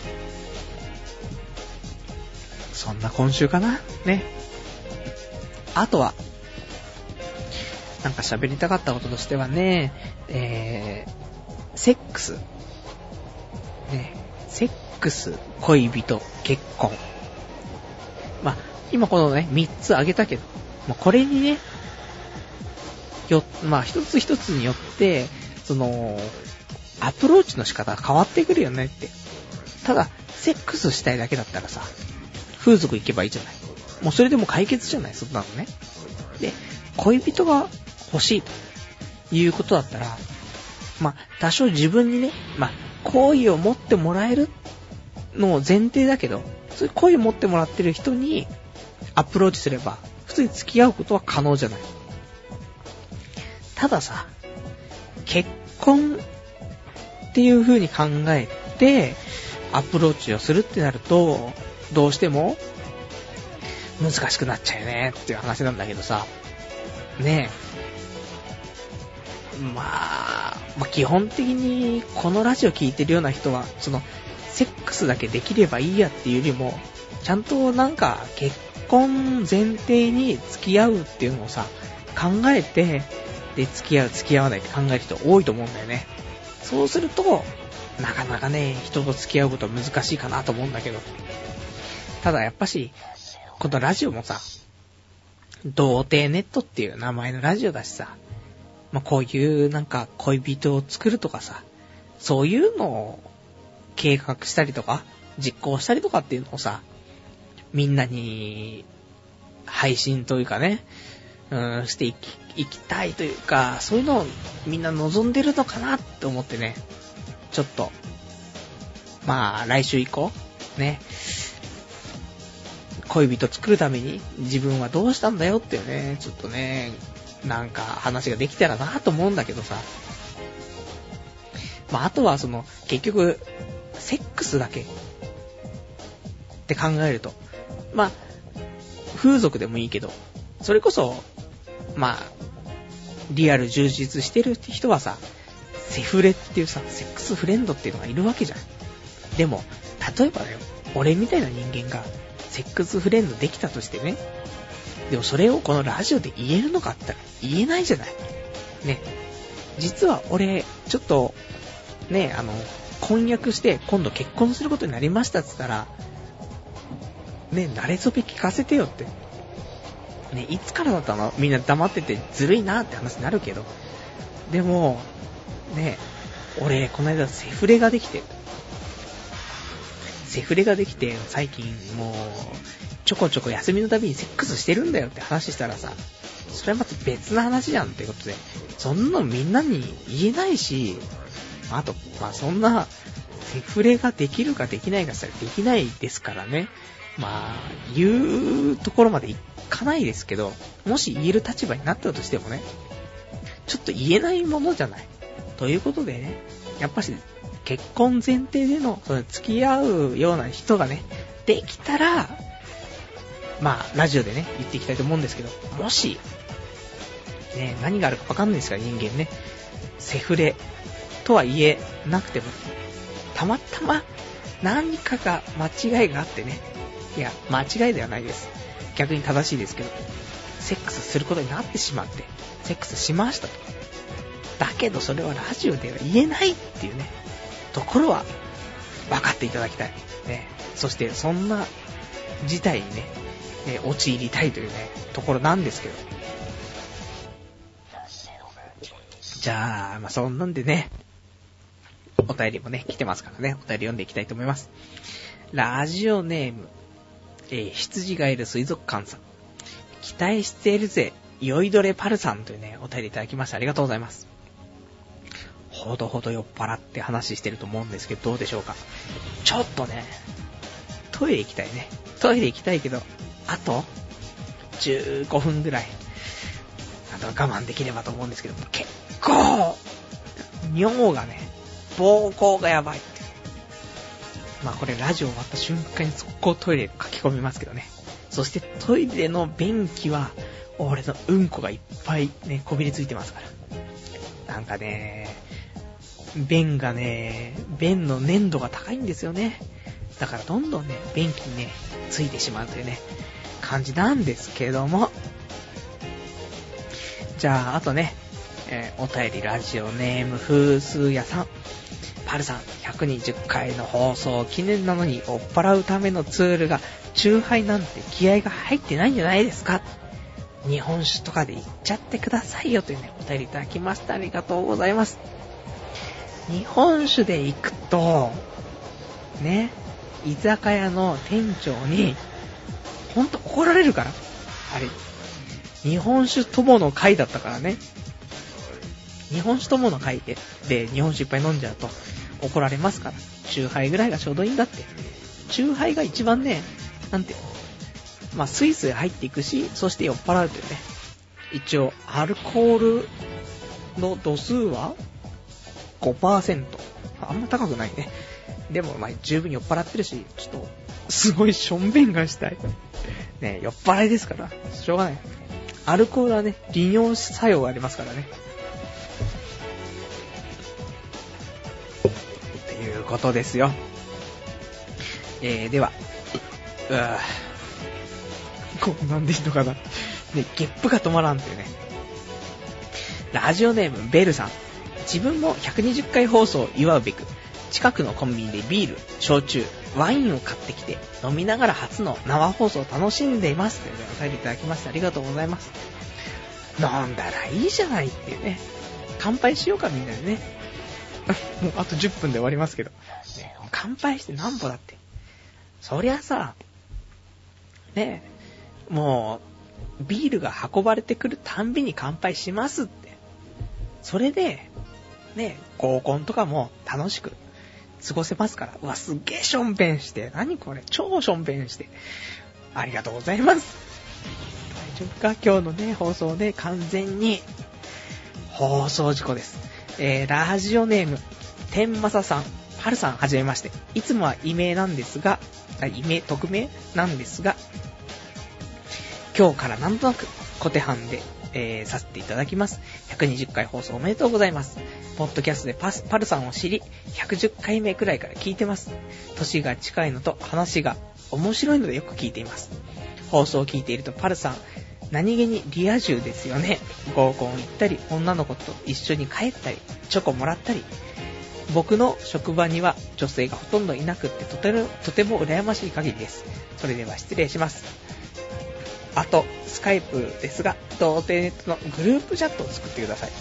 そんな今週かなね。あとは、なんか喋りたかったこととしてはね、えー、セックス。ね、セックス、恋人、結婚。まあ、今このね、みっつ挙げたけど、まあ、これにね、よ、まあ、一つ一つによって、その、アプローチの仕方が変わってくるよねって。ただ、セックスしたいだけだったらさ、風俗行けばいいじゃない。もうそれでも解決じゃない、そんなのね。で、恋人が欲しいということだったら、まあ、多少自分にね、まあ、好意を持ってもらえるのを前提だけど、そういう好意を持ってもらってる人にアプローチすれば、普通に付き合うことは可能じゃない。たださ、結婚っていう風に考えてアプローチをするってなると、どうしても難しくなっちゃうよねっていう話なんだけどさ、ねえ、まあ、まあ、基本的にこのラジオ聞いてるような人は、そのセックスだけできればいいやっていうよりも、ちゃんとなんか結婚前提に付き合うっていうのをさ、考えて、で付き合う付き合わないって考える人多いと思うんだよね。そうするとなかなかね、人と付き合うことは難しいかなと思うんだけど、ただやっぱしこのラジオもさ、童貞ネットっていう名前のラジオだしさ、まあ、こういうなんか恋人を作るとかさ、そういうのを計画したりとか実行したりとかっていうのをさ、みんなに配信というかね、うん、していき、いきたいというか、そういうのをみんな望んでるのかなって思ってね、ちょっとまあ来週以降ね、恋人作るために自分はどうしたんだよっていうね、ちょっとね、なんか話ができたらなと思うんだけどさ、まああとはその結局セックスだけって考えると、まあ風俗でもいいけど、それこそまあリアル充実してるって人はさ、セフレっていうさ、セックスフレンドっていうのがいるわけじゃん。でも例えばだよ、俺みたいな人間がセックスフレンドできたとしてね、でもそれをこのラジオで言えるのかって言ったら言えないじゃないね。実は俺ちょっとね、あの婚約して今度結婚することになりましたって言ったら、ね、慣れそべ聞かせてよって。ね、いつからだったの？みんな黙っててずるいなって話になるけど。でも、ね、俺、この間セフレができて、セフレができて、最近もう、ちょこちょこ休みのたびにセックスしてるんだよって話したらさ、それはまた別な話じゃんってことで、そんなのみんなに言えないし、あと、まあそんな、セフレができるかできないかしたらできないですからね。まあ、言うところまでいかないですけど、もし言える立場になったとしてもね、ちょっと言えないものじゃない。ということでね、やっぱし、結婚前提での、その付き合うような人がね、できたら、まあ、ラジオでね、言っていきたいと思うんですけど、もし、ね、何があるか分かんないですから、人間ね。セフレとは言えなくても、たまたま何かが間違いがあってね、いや、間違いではないです。逆に正しいですけど、セックスすることになってしまって、セックスしましたと。だけどそれはラジオでは言えないっていうね、ところは分かっていただきたい。ね、そしてそんな事態にね、ね、陥りたいというね、ところなんですけど。じゃあ、まあ、そんなんでね、お便りもね、来てますからね、お便り読んでいきたいと思います。ラジオネーム、えー、羊がいる水族館さん。期待しているぜ、酔いどれパルさんというね、お便りいただきましてありがとうございます。ほどほど酔っ払って話してると思うんですけど、どうでしょうか。ちょっとね、トイレ行きたいね。トイレ行きたいけど、あと、じゅうごふんぐらい、あとは我慢できればと思うんですけど、結構、尿がね、膀胱がやばいって。まあこれラジオ終わった瞬間に速攻トイレ書き込みますけどね。そしてトイレの便器は、俺のうんこがいっぱいね、こびりついてますから。なんかね、便がね、便の粘度が高いんですよね。だからどんどんね、便器にね、ついてしまうというね、感じなんですけども。じゃあ、あとね、えー、お便りラジオネーム風数屋さん。パルさん、ひゃくにじゅっかいの放送記念なのに追っ払うためのツールがチューハイなんて気合が入ってないんじゃないですか。日本酒とかで言っちゃってくださいよというね、お便りいただきました。ありがとうございます。日本酒で行くと、ね、居酒屋の店長に、ほんと怒られるから。あれ、日本酒友の会だったからね。日本酒友の会で、で、日本酒いっぱい飲んじゃうと怒られますから。チューハイぐらいがちょうどいいんだって。チューハイが一番ね、なんて、まあ、スイスイ入っていくし、そして酔っ払うというね。一応、アルコールの度数は ごパーセント。あんま高くないね。でも、まあ、十分酔っ払ってるし、ちょっと、すごいしょんべんがしたい。ね、酔っ払いですから、しょうがない。アルコールはね、利尿作用がありますからね。っていうことですよ。えー、では、うわこんなんでいいのかな。ね、ゲップが止まらんっていうね。ラジオネーム、ベルさん。自分もひゃくにじゅっかい放送を祝うべく、近くのコンビニでビール、焼酎、ワインを買ってきて、飲みながら初の生放送を楽しんでいます。というね、お便りいただきましてありがとうございます。飲んだらいいじゃないっていうね。乾杯しようかみんなでね。もうあとじゅっぷんで終わりますけど。ね、乾杯してなんぼだって。そりゃさ、ねえ、もう、ビールが運ばれてくるたんびに乾杯しますって。それで、ねえ、合コンとかも楽しく過ごせますから。うわ、すっげえしょんべんして。何これ、超しょんべんして。ありがとうございます。大丈夫か今日のね、放送で完全に、放送事故です。えー、ラジオネーム、天正さん、はるさんはじめまして。いつもは異名なんですが、あ、異名、匿名なんですが、今日からなんとなく小手半で、えー、させていただきます。ひゃくにじゅっかい放送おめでとうございます。ポッドキャストでパスパルさんを知り、ひゃくじゅっかいめくらいから聞いてます。年が近いのと話が面白いのでよく聞いています。放送を聞いているとパルさん、何気にリア充ですよね。合コン行ったり、女の子と一緒に帰ったり、チョコもらったり、 僕の職場には女性がほとんどいなくってとても、とても羨ましい限りです。それでは失礼します。あと、スカイプですが、童貞ネットのグループチャットを作ってください。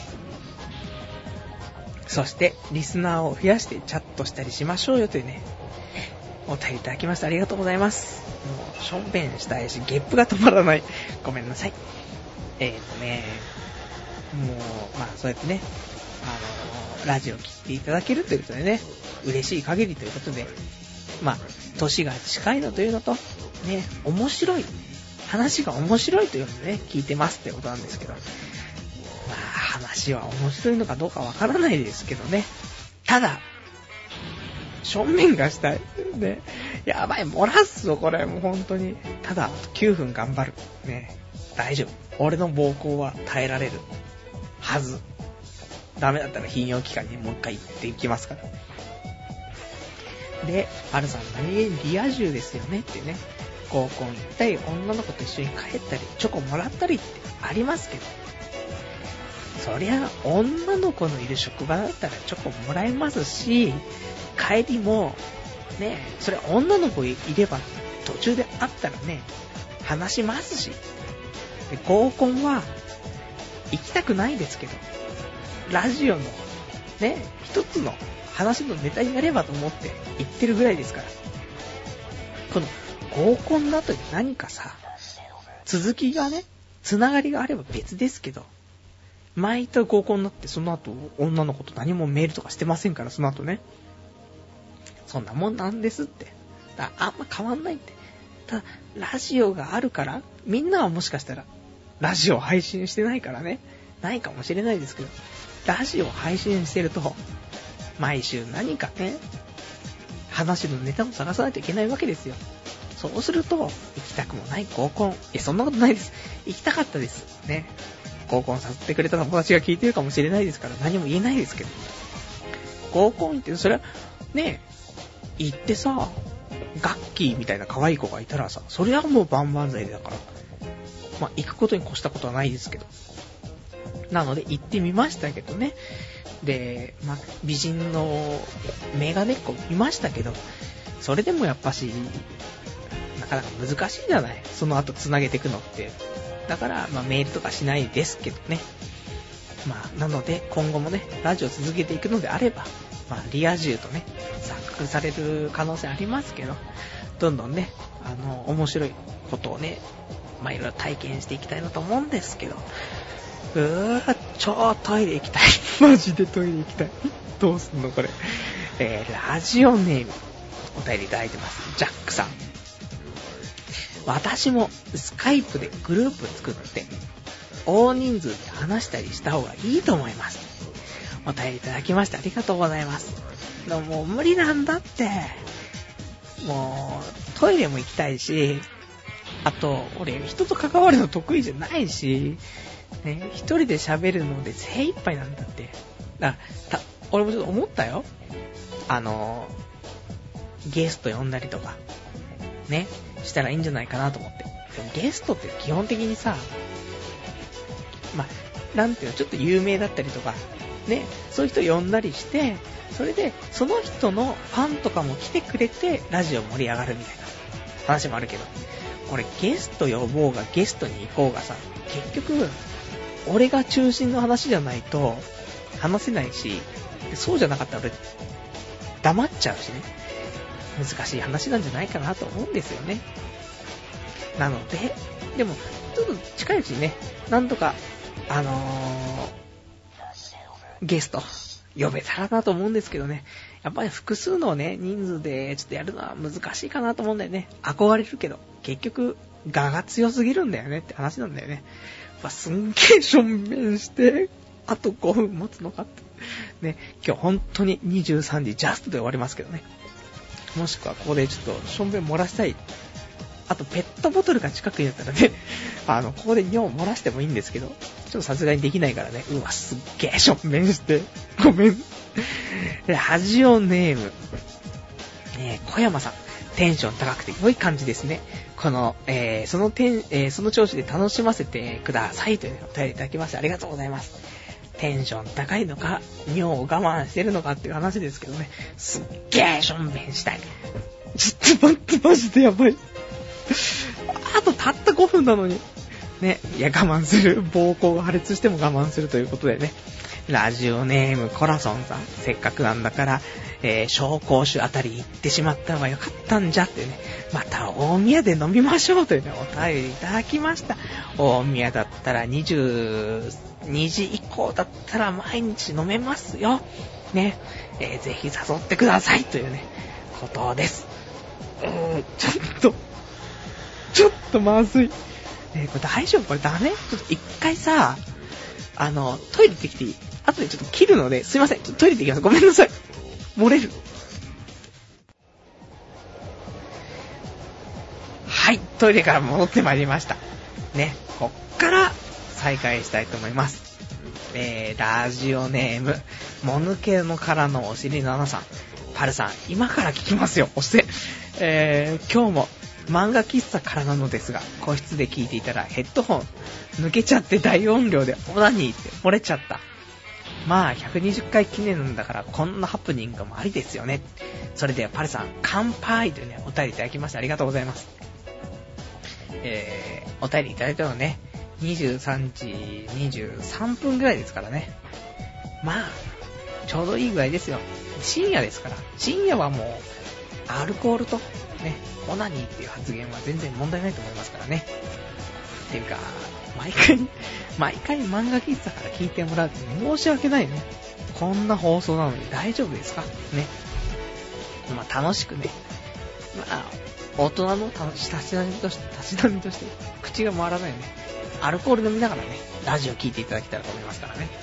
そして、リスナーを増やしてチャットしたりしましょうよというね、お便りいただきましたありがとうございます。もうしょんべんしたいしゲップが止まらない、ごめんなさい。えーとねもうまあそうやってねあのラジオ聞いていただけるということでね嬉しい限りということで、まあ年が近いのというのとね面白い話が面白いというのでね聞いてますってことなんですけど、まあ話は面白いのかどうかわからないですけどね、ただ正面がしたい。ね。やばい、漏らすぞ、これ。もう本当に。ただ、きゅうふん頑張る。ね。大丈夫。俺の膀胱は耐えられる。はず。ダメだったら頻尿期間にもう一回行っていきますから。で、アルさん何気にリア充ですよねってね。合コン行ったり、女の子と一緒に帰ったり、チョコもらったりってありますけど。そりゃ、女の子のいる職場だったらチョコもらえますし、帰りもねそれ女の子いれば途中で会ったらね話しますし、で合コンは行きたくないですけどラジオのね一つの話のネタになればと思って行ってるぐらいですから、この合コンの後に何かさ続きがねつながりがあれば別ですけど、毎回合コンになってその後女の子と何もメールとかしてませんから、その後ねそんなもんなんですって。だあんま変わんないって。ただラジオがあるから、みんなはもしかしたらラジオ配信してないからね、ないかもしれないですけど、ラジオ配信してると毎週何かね話のネタを探さないといけないわけですよ。そうすると行きたくもない合コン、いやそんなことないです。行きたかったですね。合コンさせてくれた友達が聞いてるかもしれないですから何も言えないですけど、合コンってそれはね行ってさ、ガッキーみたいな可愛い子がいたらさ、それはもう万々歳だから、まあ行くことに越したことはないですけど、なので行ってみましたけどね。で、まあ美人のメガネっ子いましたけど、それでもやっぱしなかなか難しいじゃない、その後つなげていくのって。だからまあメールとかしないですけどね。まあなので今後もねラジオ続けていくのであれば、まあリア充とね錯覚される可能性ありますけど、どんどんねあの面白いことをねまあいろいろ体験していきたいなと思うんですけど、うー超トイレ行きたいマジでトイレ行きたいどうすんのこれ。えー、ラジオネームお便りいただいてます。ジャックさん、私もスカイプでグループ作って大人数で話したりした方がいいと思います。お便りいただきましてありがとうございます。でももう無理なんだって。もうトイレも行きたいし、あと俺人と関わるの得意じゃないし、ね、一人で喋るので精一杯なんだって。だからた俺もちょっと思ったよ。あのゲスト呼んだりとかねしたらいいんじゃないかなと思って。でもゲストって基本的にさ、まあなんていうの、ちょっと有名だったりとかね、そういう人呼んだりして、それでその人のファンとかも来てくれてラジオ盛り上がるみたいな話もあるけど、俺ゲスト呼ぼうがゲストに行こうがさ、結局俺が中心の話じゃないと話せないし、そうじゃなかったら俺黙っちゃうしね、難しい話なんじゃないかなと思うんですよね。なのででもちょっと近いうちにね、なんとかあのー、ゲスト呼べたらなと思うんですけどね。やっぱり複数のね人数でちょっとやるのは難しいかなと思うんだよね。憧れるけど結局我が強すぎるんだよねって話なんだよね。まあ、すんげーしょんべんしてあとごふん持つのかってね。今日本当ににじゅうさんじジャストで終わりますけどね。もしくはここでちょっとしょんべん漏らしたい、あとペットボトルが近くにあったらね、あのここで尿漏らしてもいいんですけど、ちょっとさすがにできないからね。うわすっげーしょんべんしてごめん。ラジオネーム、えー、小山さん、テンション高くて良い感じですね。この、えー、そのテン、えー、その調子で楽しませてくださいというお便りいただきましてありがとうございます。 テンション高いのか、尿を我慢してるのかっていう話ですけどね。すっげーしょんべんしたい。ちょっと待って、マジでやばい。あとたったごふんなのに。ね、いや我慢する。膀胱が破裂しても我慢するということでね。ラジオネームコラソンさん、せっかくなんだから、えー、紹興酒あたり行ってしまったのがよかったんじゃってね、また大宮で飲みましょうというね、お便りいただきました。大宮だったらにじゅうにじ以降だったら毎日飲めますよ。ね、えー、ぜひ誘ってくださいというね、ことです。うーん、ちょっと、ちょっとまずい。えー、これ大丈夫？これダメ？ちょっと一回さ、あの、トイレ行ってきていい？後でちょっと切るので、すいません。ちょっとトイレ行ってきます。ごめんなさい。漏れる。はい、トイレから戻ってまいりました。ね、こっから再開したいと思います。えー、ラジオネーム、もぬけの殻のお尻の穴さん。パルさん、今から聞きますよ。押せ。えー、今日も漫画喫茶からなのですが、個室で聞いていたらヘッドホン抜けちゃって大音量でオナニーって漏れちゃった。まあひゃくにじゅっかい記念なんだからこんなハプニングもありですよね。それではパルさん乾杯というねお便りいただきましてありがとうございます。えー、お便りいただいたのねにじゅうさんじにじゅうさんぷんぐらいですからね。まあちょうどいいぐらいですよ。深夜ですから。深夜はもうアルコールとねオナニーっていう発言は全然問題ないと思いますからね。っていうか毎回毎回漫画喫茶から聞いてもらうって申し訳ないね。こんな放送なのに大丈夫ですかね。まあ楽しくね、まあ大人のたしなみとしてたしなみとして口が回らないよね。アルコール飲みながらねラジオ聞いていただけたらと思いますからね。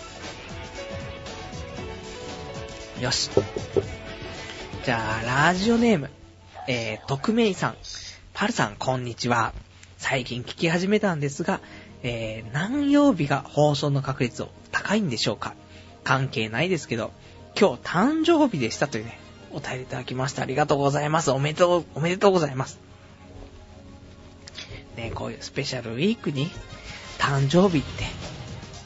よし。じゃあラジオネーム、えー、匿名さん、パルさんこんにちは。最近聞き始めたんですが、えー、何曜日が放送の確率を高いんでしょうか。関係ないですけど、今日誕生日でしたというね、お便りいただきました。ありがとうございます。おめでとう、おめでとうございます。ね、こういうスペシャルウィークに誕生日って、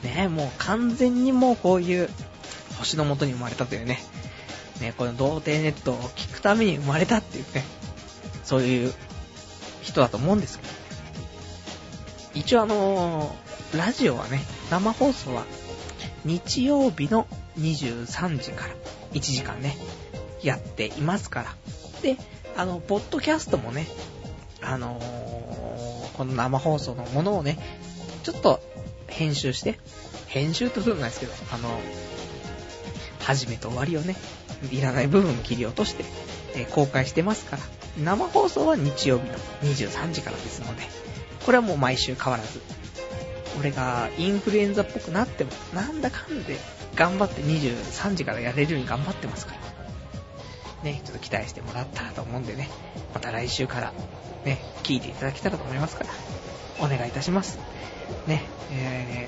ね、もう完全にもうこういう星の下に生まれたというね、ね、この童貞ネットを聞くために生まれたっていうね、そういう人だと思うんですけど、一応あのー、ラジオはね、生放送は日曜日のにじゅうさんじからいちじかんね、やっていますから。で、あの、ポッドキャストもね、あのー、この生放送のものをね、ちょっと編集して、編集とするんですけど、あの、始めと終わりをね、いらない部分を切り落として、えー、公開してますから、生放送は日曜日のにじゅうさんじからですので、これはもう毎週変わらず、俺がインフルエンザっぽくなってもなんだかんで頑張ってにじゅうさんじからやれるように頑張ってますからね、ちょっと期待してもらったらと思うんでね、また来週からね聞いていただけたらと思いますからお願いいたしますね。え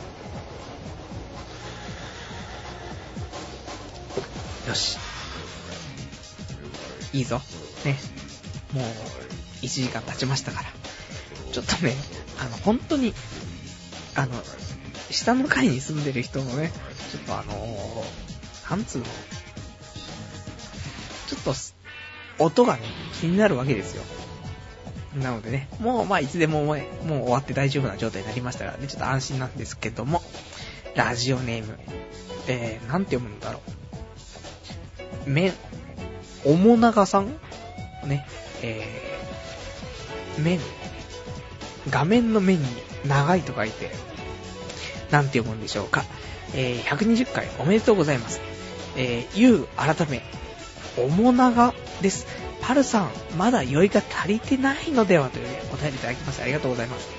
ー、よし、いいぞね、もういちじかん経ちましたから、ちょっとね、あの本当にあの下の階に住んでる人のね、ちょっとあのー、なんつうの、ちょっと音がね気になるわけですよ。なのでね、もうまあいつでももう、もう終わって大丈夫な状態になりましたからね、ちょっと安心なんですけども、ラジオネーム、えー、なんて読むんだろう、め、おもながさんね、えー、面、画面の面に長いと書いて、なんて読むんでしょうか。えー、ひゃくにじゅっかいおめでとうございます。えー、ゆう改め、おもながです。パルさん、まだ酔いが足りてないのではという、ね、お便りいただきましてありがとうございます。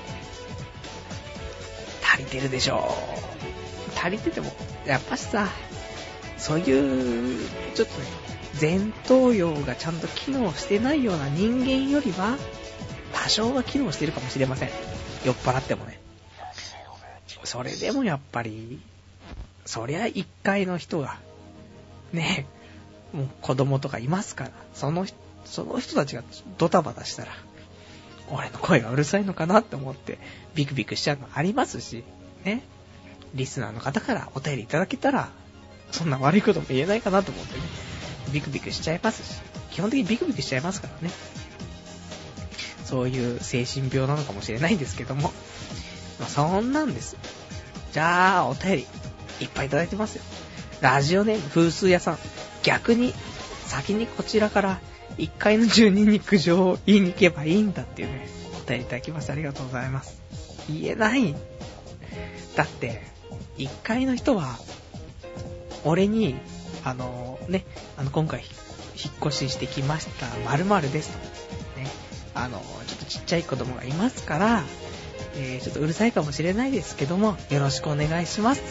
足りてるでしょう。足りてても、やっぱしさ、そういう、ちょっとね、前頭葉がちゃんと機能してないような人間よりは、多少は機能してるかもしれません。酔っ払ってもね。それでもやっぱり、そりゃ一階の人が、ね、もう子供とかいますから、その、その人たちがドタバタしたら、俺の声がうるさいのかなって思って、ビクビクしちゃうのありますし、ね。 リスナーの方からお便りいただけたら、そんな悪いことも言えないかなと思ってね、ビクビクしちゃいますし、基本的にビクビクしちゃいますからね。そういう精神病なのかもしれないんですけども、まあ、そんなんです。じゃあ、お便り、いっぱいいただいてますよ。ラジオネーム風数屋さん。逆に、先にこちらから、いっかいの住人に苦情を言いに行けばいいんだっていうね、お便りいただきましてありがとうございます。言えない。だって、いっかいの人は、俺に、あのね、あの、今回、引っ越ししてきました、〇〇ですと。ね、あの、ちょっとちっちゃい子供がいますから、えー、ちょっとうるさいかもしれないですけども、よろしくお願いしますって、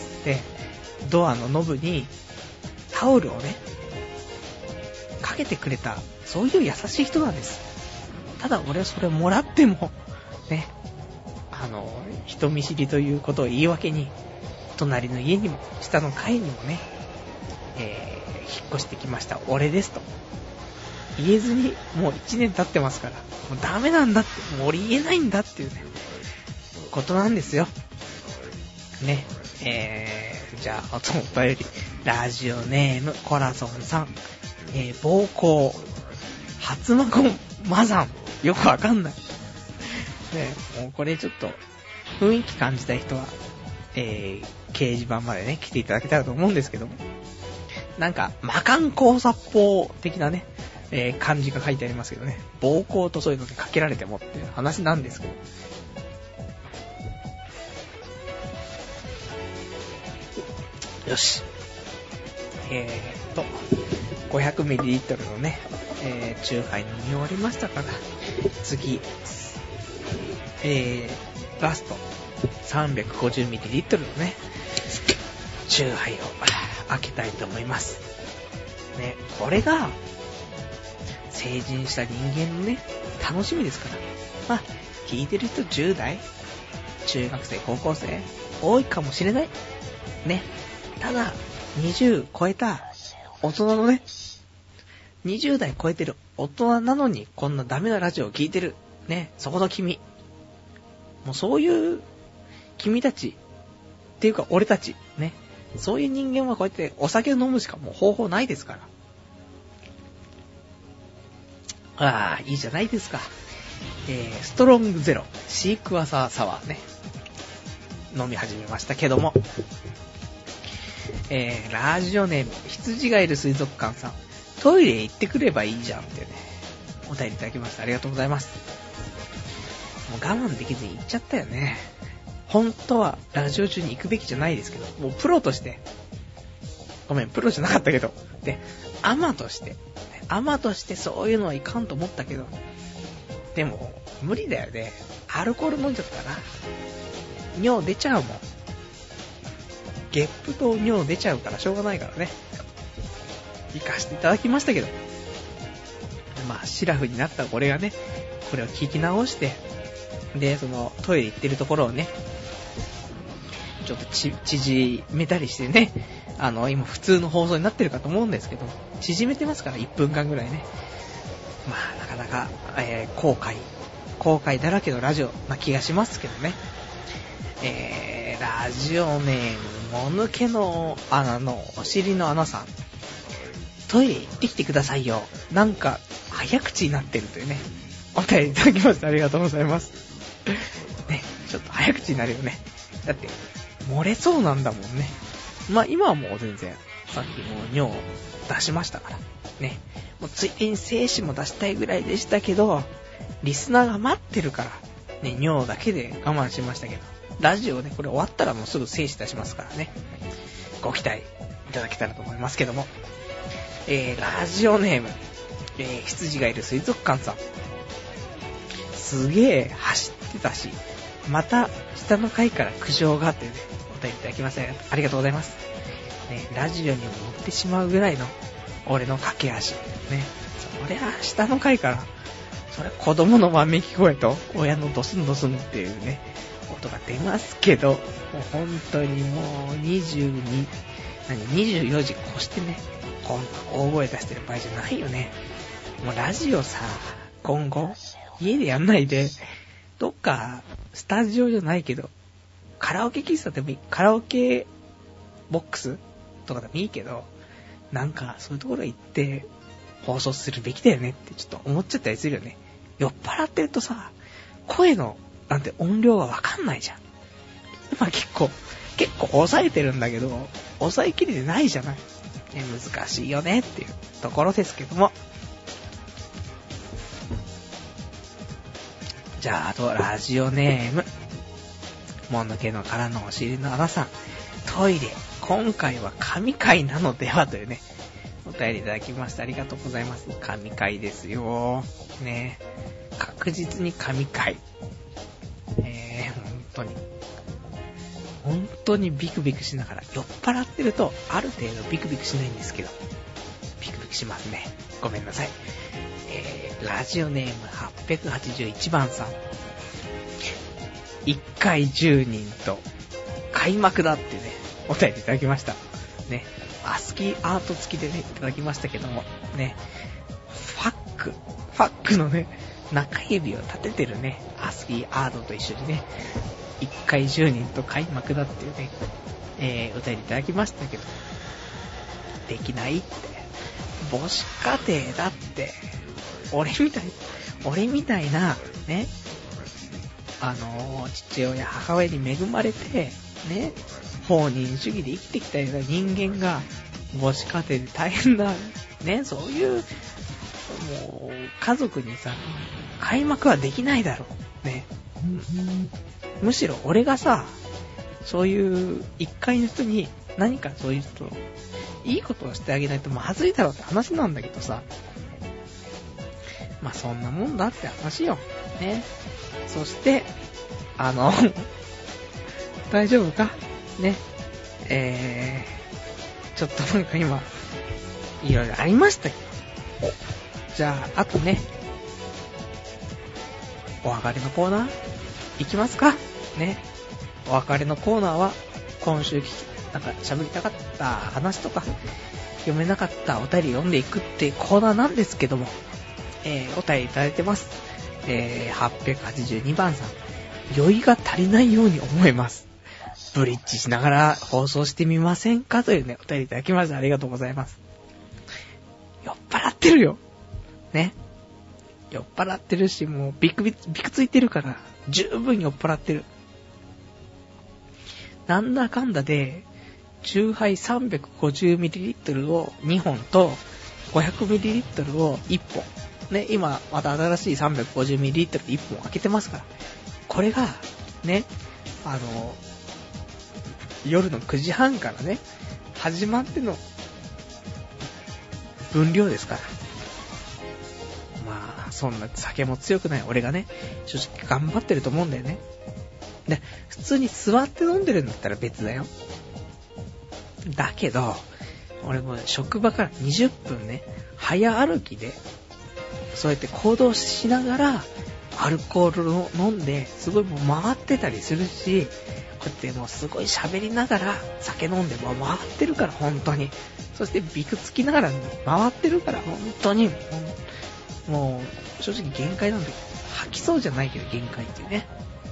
ドアのノブに、タオルをね、かけてくれた、そういう優しい人なんです。ただ俺はそれをもらっても、ね、あの、人見知りということを言い訳に、隣の家にも、下の階にもね、えー、引っ越してきました俺ですと言えずにもういちねん経ってますから、もうダメなんだって、もう俺言えないんだっていうねことなんですよね。えー、じゃあお便り、ラジオネームコラソンさん、えー、暴行初マコンマザン、よくわかんないね。もうこれちょっと雰囲気感じたい人は、えー、掲示板までね来ていただけたらと思うんですけども、なんか魔漢交殺法的なね、えー、漢字が書いてありますけどね、暴行とそういうのでかけられてもっていう話なんですけど、よし、えーっと ごひゃくミリリットル のね、えー、チューハイ飲み終わりましたから、次、えー、ラスト さんびゃくごじゅうミリリットル のねチューハイを開けたいと思いますね。これが成人した人間のね楽しみですから。まあ聞いてる人じゅう代、中学生、高校生多いかもしれないね。ただにじゅう超えた大人のね、にじゅう代超えてる大人なのにこんなダメなラジオを聞いてるね、そこの君、もうそういう君たちっていうか俺たちね、そういう人間はこうやってお酒を飲むしかもう方法ないですから。ああ、いいじゃないですか。えー、ストロングゼロシークワーサーサワーね、飲み始めましたけども、えー、ラジオネーム羊がいる水族館さん、トイレ行ってくればいいじゃんってね、お便りいただきました。ありがとうございます。もう我慢できずに行っちゃったよね。本当はラジオ中に行くべきじゃないですけど、もうプロとして、ごめん、プロじゃなかったけど、で、アマとして、アマとしてそういうのはいかんと思ったけど、でも、無理だよね。アルコール飲んじゃったら、尿出ちゃうもん。ゲップと尿出ちゃうからしょうがないからね。行かしていただきましたけど、まあ、シラフになった俺がね、これを聞き直して、で、その、トイレ行ってるところをね、ちょっとち縮めたりしてね、あの今普通の放送になってるかと思うんですけど、縮めてますからいっぷんかんぐらいね。まあなかなか、えー、後悔後悔だらけのラジオな気がしますけどね。えー、ラジオネームもぬけの穴のお尻の穴さん、トイレ行ってきてくださいよ、なんか早口になってるというね、お便りいただきましてありがとうございますね。ちょっと早口になるよね。だって漏れそうなんだもんね。まあ今はもう全然、さっきもう尿出しましたからね。もうついでに精子も出したいぐらいでしたけど、リスナーが待ってるからね、尿だけで我慢しましたけど、ラジオね、これ終わったらもうすぐ精子出しますからね、ご期待いただけたらと思いますけども、えー、ラジオネーム、えー、羊がいる水族館さん、すげえ走ってたし、また下の階から苦情があってね、お便りいただきました。ありがとうございます、ね。ラジオにも乗ってしまうぐらいの俺の駆け足ね。そりゃ下の階から、それは子供の豆聞こえと親のドスンドスンっていうね音が出ますけど、もう本当にもうにじゅうに、何にじゅうよじ越してね、こんな大声出してる場合じゃないよね。もうラジオさ、今後家でやんないで、どっかスタジオじゃないけどカラオケ喫茶でもいい、カラオケボックスとかでもいいけど、なんかそういうところ行って放送するべきだよねってちょっと思っちゃったりするよね。酔っ払ってるとさ、声のなんて音量がわかんないじゃん。まあ結構結構抑えてるんだけど、抑えきれてないじゃない。ね、難しいよねっていうところですけども。じゃあ、あとラジオネームもぬけの殻のお尻の穴さん、トイレ今回は神回なのではというね、お便りいただきました。ありがとうございます。神回ですよね、確実に神回。えー、本当に本当にビクビクしながら、酔っ払ってるとある程度ビクビクしないんですけど、ビクビクしますね。ごめんなさい。えー、ラジオネームはっぴゃくはちじゅういちばんさん、いっかいじゅうにんと開幕だってね、お便りいただきましたね。アスキーアート付きでねいただきましたけどもね、ファックファックのね中指を立ててるねアスキーアートと一緒にね、いっかいじゅうにんと開幕だっていうね、えー、お便りいただきましたけど、できないって、母子家庭だって、俺みたい俺みたいなね、あのー、父親母親に恵まれてね、放任主義で生きてきたような人間が母子家庭で大変なね、そういうもう家族にさ、開幕はできないだろうね。むしろ俺がさ、そういう一階の人に何かそういう人いいことをしてあげないとまずいだろうって話なんだけどさ、まあそんなもんだって話よね。そしてあの大丈夫かね、えー、ちょっとなんか今いろいろありましたけど、じゃああとね、お別れのコーナーいきますかね。お別れのコーナーは今週なんか喋りたかった話とか読めなかったお便り読んでいくってコーナーなんですけども、えー、お便りいただいてます。えー、はっぴゃくはちじゅうにばんさん、酔いが足りないように思えます。ブリッジしながら放送してみませんかというね、お便りいただきました。ありがとうございます。酔っ払ってるよね。酔っ払ってるし、もうビクビク、ビクついてるから、十分酔っ払ってる。なんだかんだで、チューハイ さんびゃくごじゅうミリリットル をにほんと、ごひゃくミリリットル をいっぽん。ね、今、また新しい さんびゃくごじゅうミリリットル でいっぽん開けてますから。これが、ね、あの、夜のくじはんからね、始まっての分量ですから。まあ、そんな酒も強くない俺がね、正直頑張ってると思うんだよね。で、普通に座って飲んでるんだったら別だよ。だけど、俺も職場からにじゅっぷんね、早歩きで、そうやって行動しながら、アルコールを飲んで、すごいもう回ってたりするし、こうやってもうすごい喋りながら、酒飲んでもう回ってるから、本当に。そしてビクつきながら回ってるから、本当に、もう、正直限界なんだけど、吐きそうじゃないけど限界っていうね。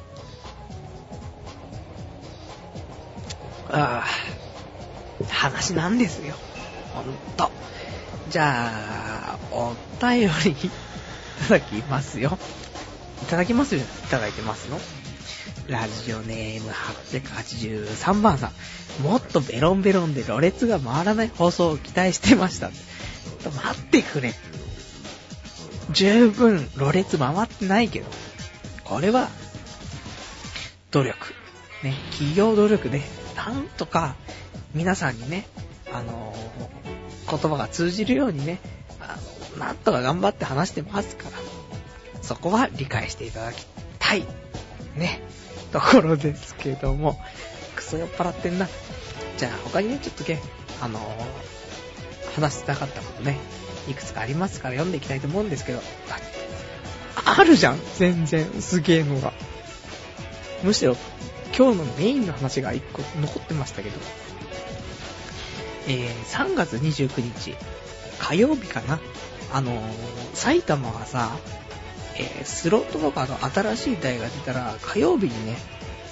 ああ、話なんですよ。ほんと。じゃあ、お便りいただきますよ。いただきますよ。いただいてますの。ラジオネームはっぴゃくはちじゅうさんばんさん。もっとベロンベロンでろれつが回らない放送を期待してました。ちょっと待ってくれ。十分ろれつ回ってないけど、これは努力ね、企業努力でなんとか皆さんにね、あのー、言葉が通じるようにね、あのなんとか頑張って話してますから、そこは理解していただきたいねところですけども、クソ酔っ払ってんな。じゃあ他にね、ちょっとけあのー、話したかったことね、いくつかありますから読んでいきたいと思うんですけど、あるじゃん、全然すげえのが。むしろ今日のメインの話が一個残ってましたけど、えー、さんがつにじゅうくにち火曜日かな、あのー、埼玉はさ、えー、スロットとかの新しい台が出たら火曜日にね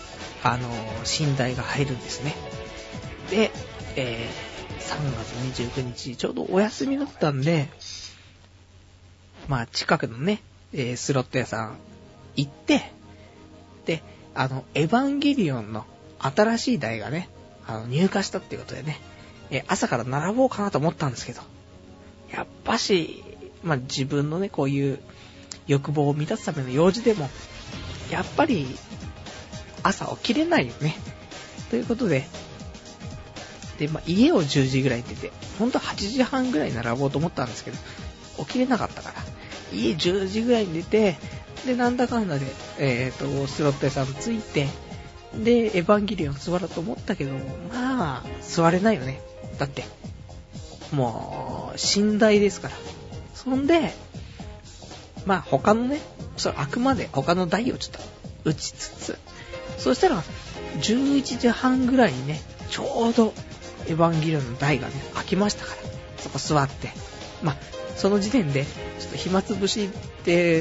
あのー、寝台が入るんですね。で、えー、さんがつにじゅうくにち、ちょうどお休みだったんで、まあ、近くのね、えー、スロット屋さん行って、で、あの、エヴァンゲリオンの新しい台がね、あの、入荷したっていうことでね、えー、朝から並ぼうかなと思ったんですけど、やっぱし、まあ、自分のね、こういう欲望を満たすための用事でも、やっぱり、朝起きれないよね。ということで、で、まあ、家をじゅうじぐらいに出て、ほんとはちじはんぐらいに並ぼうと思ったんですけど、起きれなかったから、家じゅうじぐらいに出て、で、なんだかんだで、えっと、スロット屋さんついて、で、エヴァンゲリオン座ろうと思ったけど、まあ、座れないよね。だって、もう、寝台ですから。そんで、まあ、他のね、それあくまで他の台をちょっと打ちつつ、そしたら、じゅういちじはんぐらいにね、ちょうど、エヴァンゲリオンの台がね、開きましたから、そこ座って、まあ、その時点で、ちょっと暇つぶしって、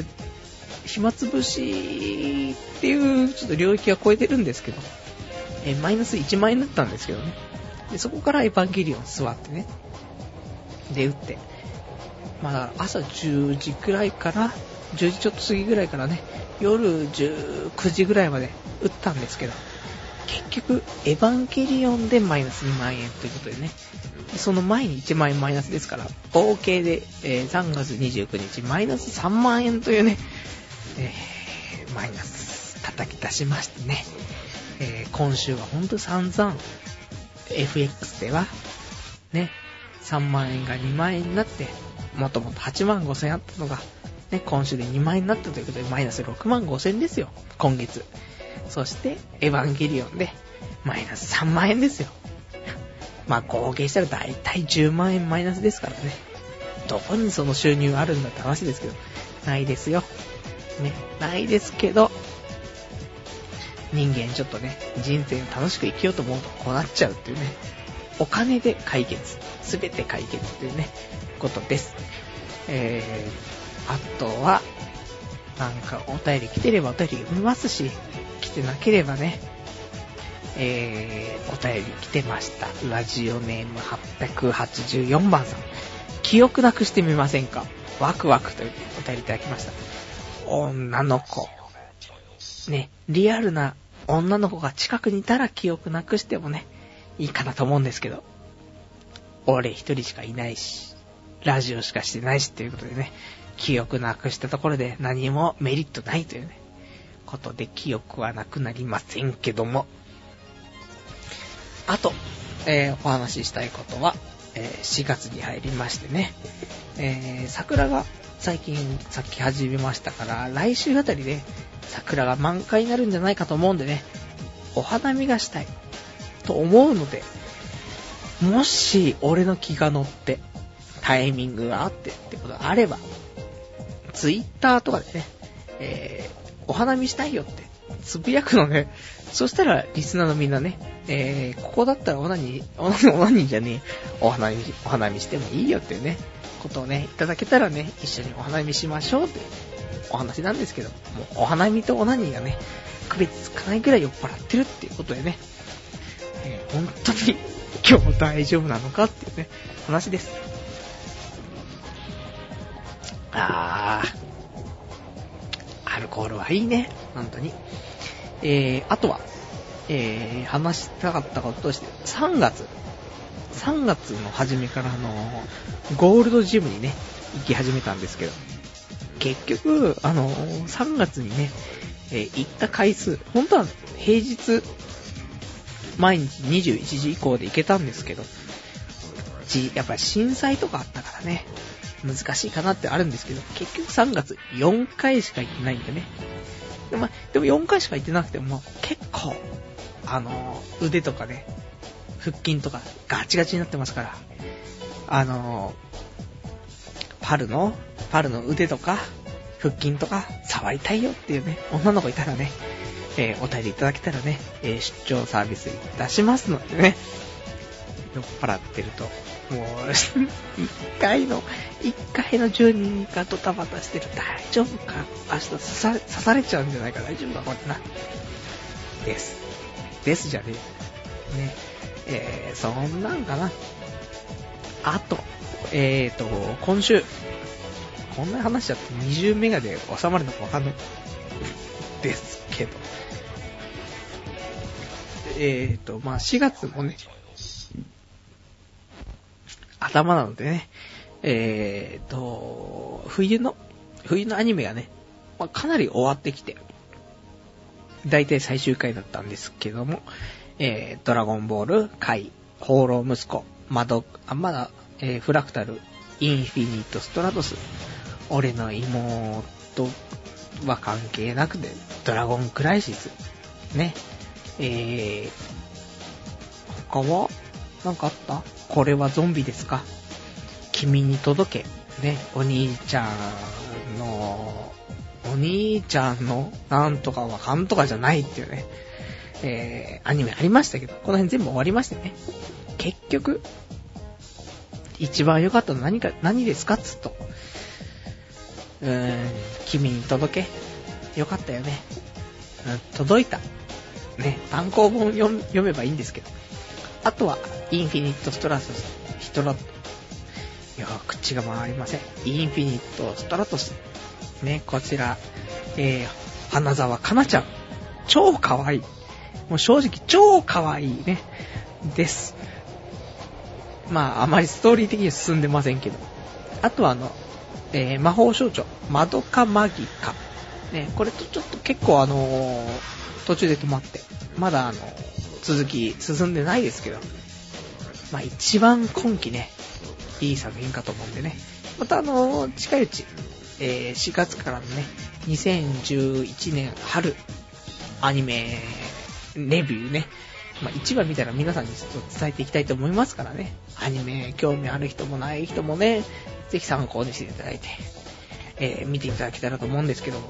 暇つぶしっていう、ちょっと領域は超えてるんですけど、え、マイナスいちまんえんだったんですけどね。で、そこからエヴァンゲリオン座ってね、で、打って、まあ、だから朝じゅうじくらいから、じゅうじちょっと過ぎぐらいからね、夜じゅうくじぐらいまで打ったんですけど、結局、エヴァンゲリオンでマイナスにまんえんということでね、その前にいちまんえんマイナスですから、合計で、えー、さんがつにじゅうくにちマイナスさんまんえんというね、えー、マイナス叩き出しましてね、えー、今週はほんと散々 エフエックス ではね、さんまんえんがにまんえんになって、もともとはちまんごせんあったのが、ね、今週でにまんえんになったということでマイナスろくまんごせんですよ、今月。そしてエヴァンゲリオンでマイナスさんまんえんですよ。まあ合計したらだいたいじゅうまんえんマイナスですからね。どこにその収入あるんだって話ですけど、ないですよ。ね、ないですけど、人間ちょっとね、人生を楽しく生きようと思うとこうなっちゃうっていうね、お金で解決、すべて解決っていうね、ことです。えー、あとは、なんかお便り来てればお便り読みますし、来てなければね、えー、お便り来てました。ラジオネームはっぴゃくはちじゅうよんばんさん。記憶なくしてみませんか？ワクワクというお便りいただきました。女の子。ね、リアルな女の子が近くにいたら記憶なくしてもね、いいかなと思うんですけど、俺一人しかいないし、ラジオしかしてないしっていうことでね、記憶なくしたところで何もメリットないというね、ことで記憶はなくなりませんけども、あと、えー、お話ししたいことは、えー、しがつに入りましてね、えー、桜が最近咲き始めましたから、来週あたりで桜が満開になるんじゃないかと思うんでね、お花見がしたいと思うので、もし俺の気が乗ってタイミングがあってってことがあれば、ツイッターとかでね、えー、お花見したいよってつぶやくのね。そしたらリスナーのみんなね、えー、ここだったらオナニー、オナニー、オナニーじゃねえ、お花見、お花見してもいいよっていうね、ことをね、いただけたらね、一緒にお花見しましょうってお話なんですけど、もうお花見とオナニーがね、区別つかないぐらい酔っ払ってるっていうことでね、えー、本当に今日大丈夫なのかっていうね、話です。あー、アルコールはいいね、本当に。えー、あとは、えー、話したかったこととして、さんがつ、さんがつの初めからあの、ゴールドジムにね、行き始めたんですけど、結局、あの、さんがつにね、えー、行った回数、本当は平日、毎日にじゅういちじ以降で行けたんですけど、やっぱり震災とかあったからね、難しいかなってあるんですけど、結局さんがつよんかいしか行ってないんでね。でも、まあ、でもよんかいしか行ってなくても、結構、あのー、腕とかね、腹筋とかガチガチになってますから、あのー、パルの、パルの腕とか、腹筋とか触りたいよっていうね、女の子いたらね、えー、お便りいただけたらね、えー、出張サービスいたしますのでね、酔っ払ってると、もう、一回の、一回のじゅうにんがドタバタしてる。大丈夫か？明日刺され、刺されちゃうんじゃないか。大丈夫かこれな。です。 ですじゃねえ。ね。えー、そんなんかな。あと、えーと、今週、こんな話しちゃってにじゅうメガで収まるのかわかんないですけど。えーと、まあしがつもね、頭なのでね、えーと、冬の、冬のアニメがね、まあ、かなり終わってきて、だいたい最終回だったんですけども、えー、ドラゴンボール、カイ、放浪息子、マド、あ、まだ、えー、フラクタル、インフィニット・ストラトス、俺の妹は関係なくて、ドラゴンクライシス、ね、えー、他は、なんかあった？これはゾンビですか？君に届け、ね、お兄ちゃんの、お兄ちゃんの、なんとかはかんとかじゃないっていうね、えー、アニメありましたけど、この辺全部終わりましてね。結局、一番良かったの何か、何ですかっつと。うーん、君に届け。よかったよね。うん、届いた。ね、単行本読、読めばいいんですけど。あとは、インフィニットストラトス、ヒトラ、いや、口が回りません。インフィニットストラトス。ね、こちら、えー、花沢香菜ちゃん。超可愛い。もう正直超可愛いね。です。まあ、あまりストーリー的には進んでませんけど。あとはあの、えー、魔法少女、マドカマギカ。ね、これとちょっと結構あのー、途中で止まって、まだあのー、続き進んでないですけど、まあ一番今期ね、いい作品かと思うんでね。またあのー、近いうち、えー、しがつからのね、にせんじゅういちねん春、アニメ、レビューね。まあ、一話見たら皆さんにちょっと伝えていきたいと思いますからね。アニメ興味ある人もない人もね、ぜひ参考にしていただいて、えー、見ていただけたらと思うんですけども。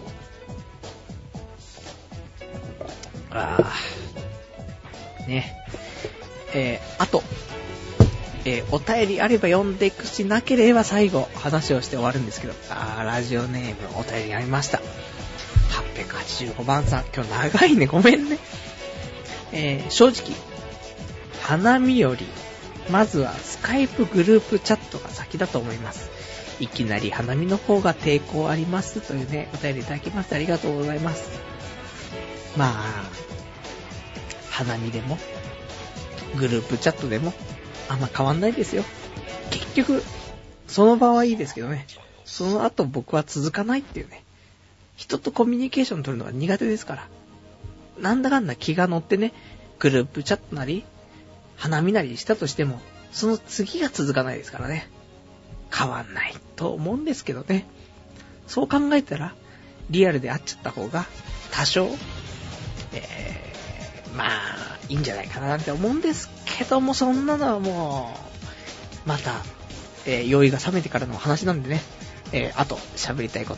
あー。ね。えー、あと、えー、お便りあれば読んでいくし、なければ最後話をして終わるんですけど、あー、ラジオネームお便りありました。はっぴゃくはちじゅうごばんさん、今日長いね、ごめんね。えー、正直、花見より、まずはスカイプグループチャットが先だと思います。いきなり花見の方が抵抗ありますというね、お便りいただきましてありがとうございます。まあ、花見でも、グループチャットでも、あんま変わんないですよ。結局、その場はいいですけどね、その後僕は続かないっていうね、人とコミュニケーション取るのが苦手ですから。なんだかんだ気が乗ってね、グループチャットなり、花見なりしたとしても、その次が続かないですからね。変わんないと思うんですけどね。そう考えたら、リアルで会っちゃった方が、多少、えー、まあ、いいんじゃないかななんて思うんですけども、そんなのはもう、また、えー、酔いが冷めてからの話なんでね、えー、あと、喋りたいこと。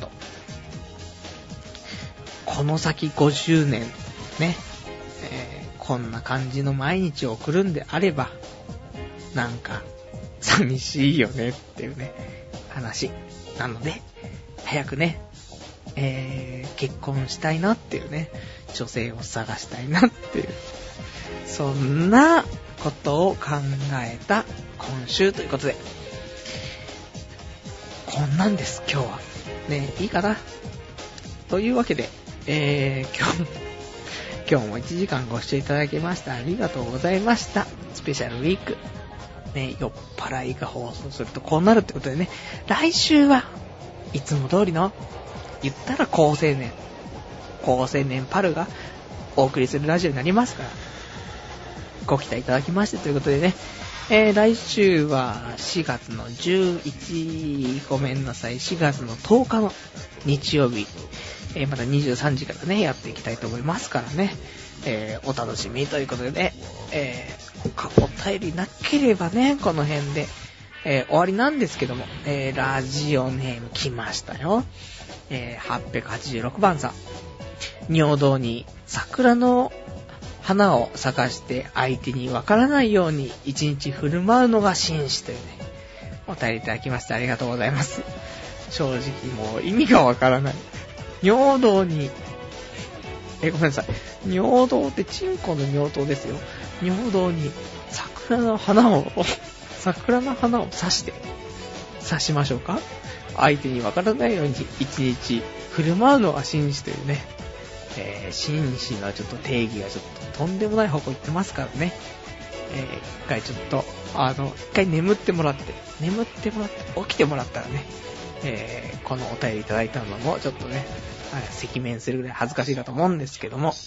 この先ごじゅうねん、ね、えー、こんな感じの毎日を送るんであれば、なんか寂しいよねっていうね話なので、早くね、えー、結婚したいなっていうね、女性を探したいなっていう、そんなことを考えた今週ということで、こんなんです今日はね。いいかなというわけで、えー、今日今日もいちじかんご視聴いただきましたありがとうございました。スペシャルウィークね、酔っ払いが放送するとこうなるってことでね、来週はいつも通りの言ったら高青年高青年パルがお送りするラジオになりますから、ご期待いただきましてということでね、えー、来週はしがつのじゅういち、ごめんなさい、しがつのとおかの日曜日、えー、またにじゅうさんじからねやっていきたいと思いますからね、えー、お楽しみということでね、えー、他お便りなければねこの辺で、えー、終わりなんですけども、えー、ラジオネーム来ましたよ、えー、はっぴゃくはちじゅうろくばんさん、尿道に桜の花を咲かして相手にわからないように一日振る舞うのが紳士というねお便りいただきましてありがとうございます。正直もう意味がわからない。尿道に、 え、ごめんなさい。尿道ってチンコの尿道ですよ。尿道に桜の花を、桜の花を刺して、刺しましょうか？相手にわからないように一日振る舞うのが紳士というね、えー、紳士のちょっと定義がちょっととんでもない方向行ってますからね。えー、一回ちょっと、あの、一回眠ってもらって、眠ってもらって、起きてもらったらね、えー、このお便りいただいたのもちょっとね、赤面するぐらい恥ずかしいかと思うんですけども、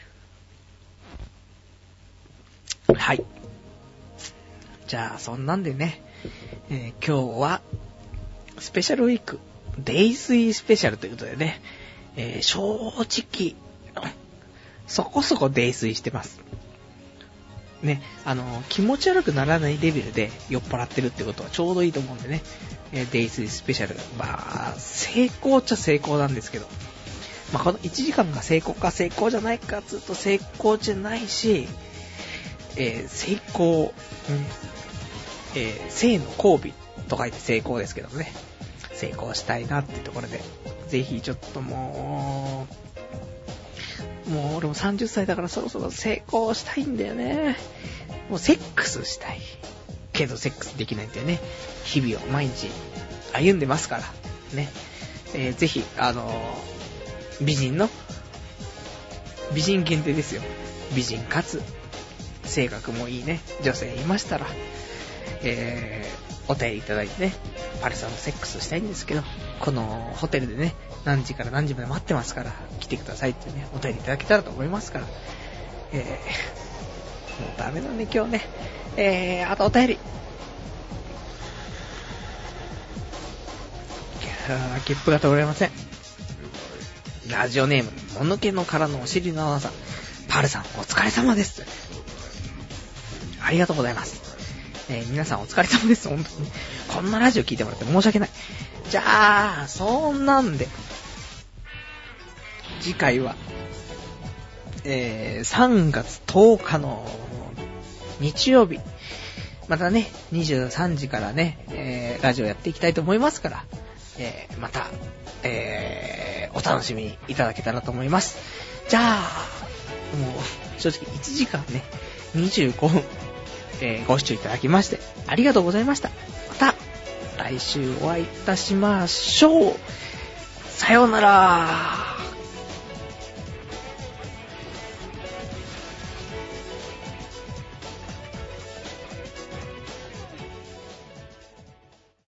はい。じゃあそんなんでね、えー、今日はスペシャルウィーク泥酔スペシャルということでね、えー、正直そこそこ泥酔してますね。あの気持ち悪くならないレベルで酔っ払ってるってことはちょうどいいと思うんでね、えー、泥酔スペシャル、まあ成功っちゃ成功なんですけど、まあ、このいちじかんが成功か成功じゃないかつうと成功じゃないし、えー、成功、ね、えー、成の交尾と書いて成功ですけどね、成功したいなっていうところで、ぜひちょっともう、もう俺もさんじゅっさいだからそろそろ成功したいんだよね。もうセックスしたい。けどセックスできないんだよね。日々を毎日歩んでますから、ね。えー、ぜひ、あのー、美人の、美人限定ですよ。美人かつ、性格もいいね、女性いましたら、えー、お便りいただいてね、パルさんのセックスしたいんですけど、このホテルでね、何時から何時まで待ってますから、来てくださいってね、お便りいただけたらと思いますから、えー、もうダメだね、今日ね。えー、あとお便り。ゲップが通れません。ラジオネーム、もぬけの殻のお尻の穴さん、パルさんお疲れ様です。ありがとうございます。えー、皆さんお疲れ様です。本当にこんなラジオ聞いてもらって申し訳ない。じゃあそんなんで次回は、えー、さんがつとおかの日曜日、またねにじゅうさんじからね、えー、ラジオやっていきたいと思いますから、えー、また、えー、お楽しみにいただけたらと思います。じゃあもう正直いちじかんねにじゅうごふん、えー、ご視聴いただきましてありがとうございました。また来週お会いいたしましょう。さようなら。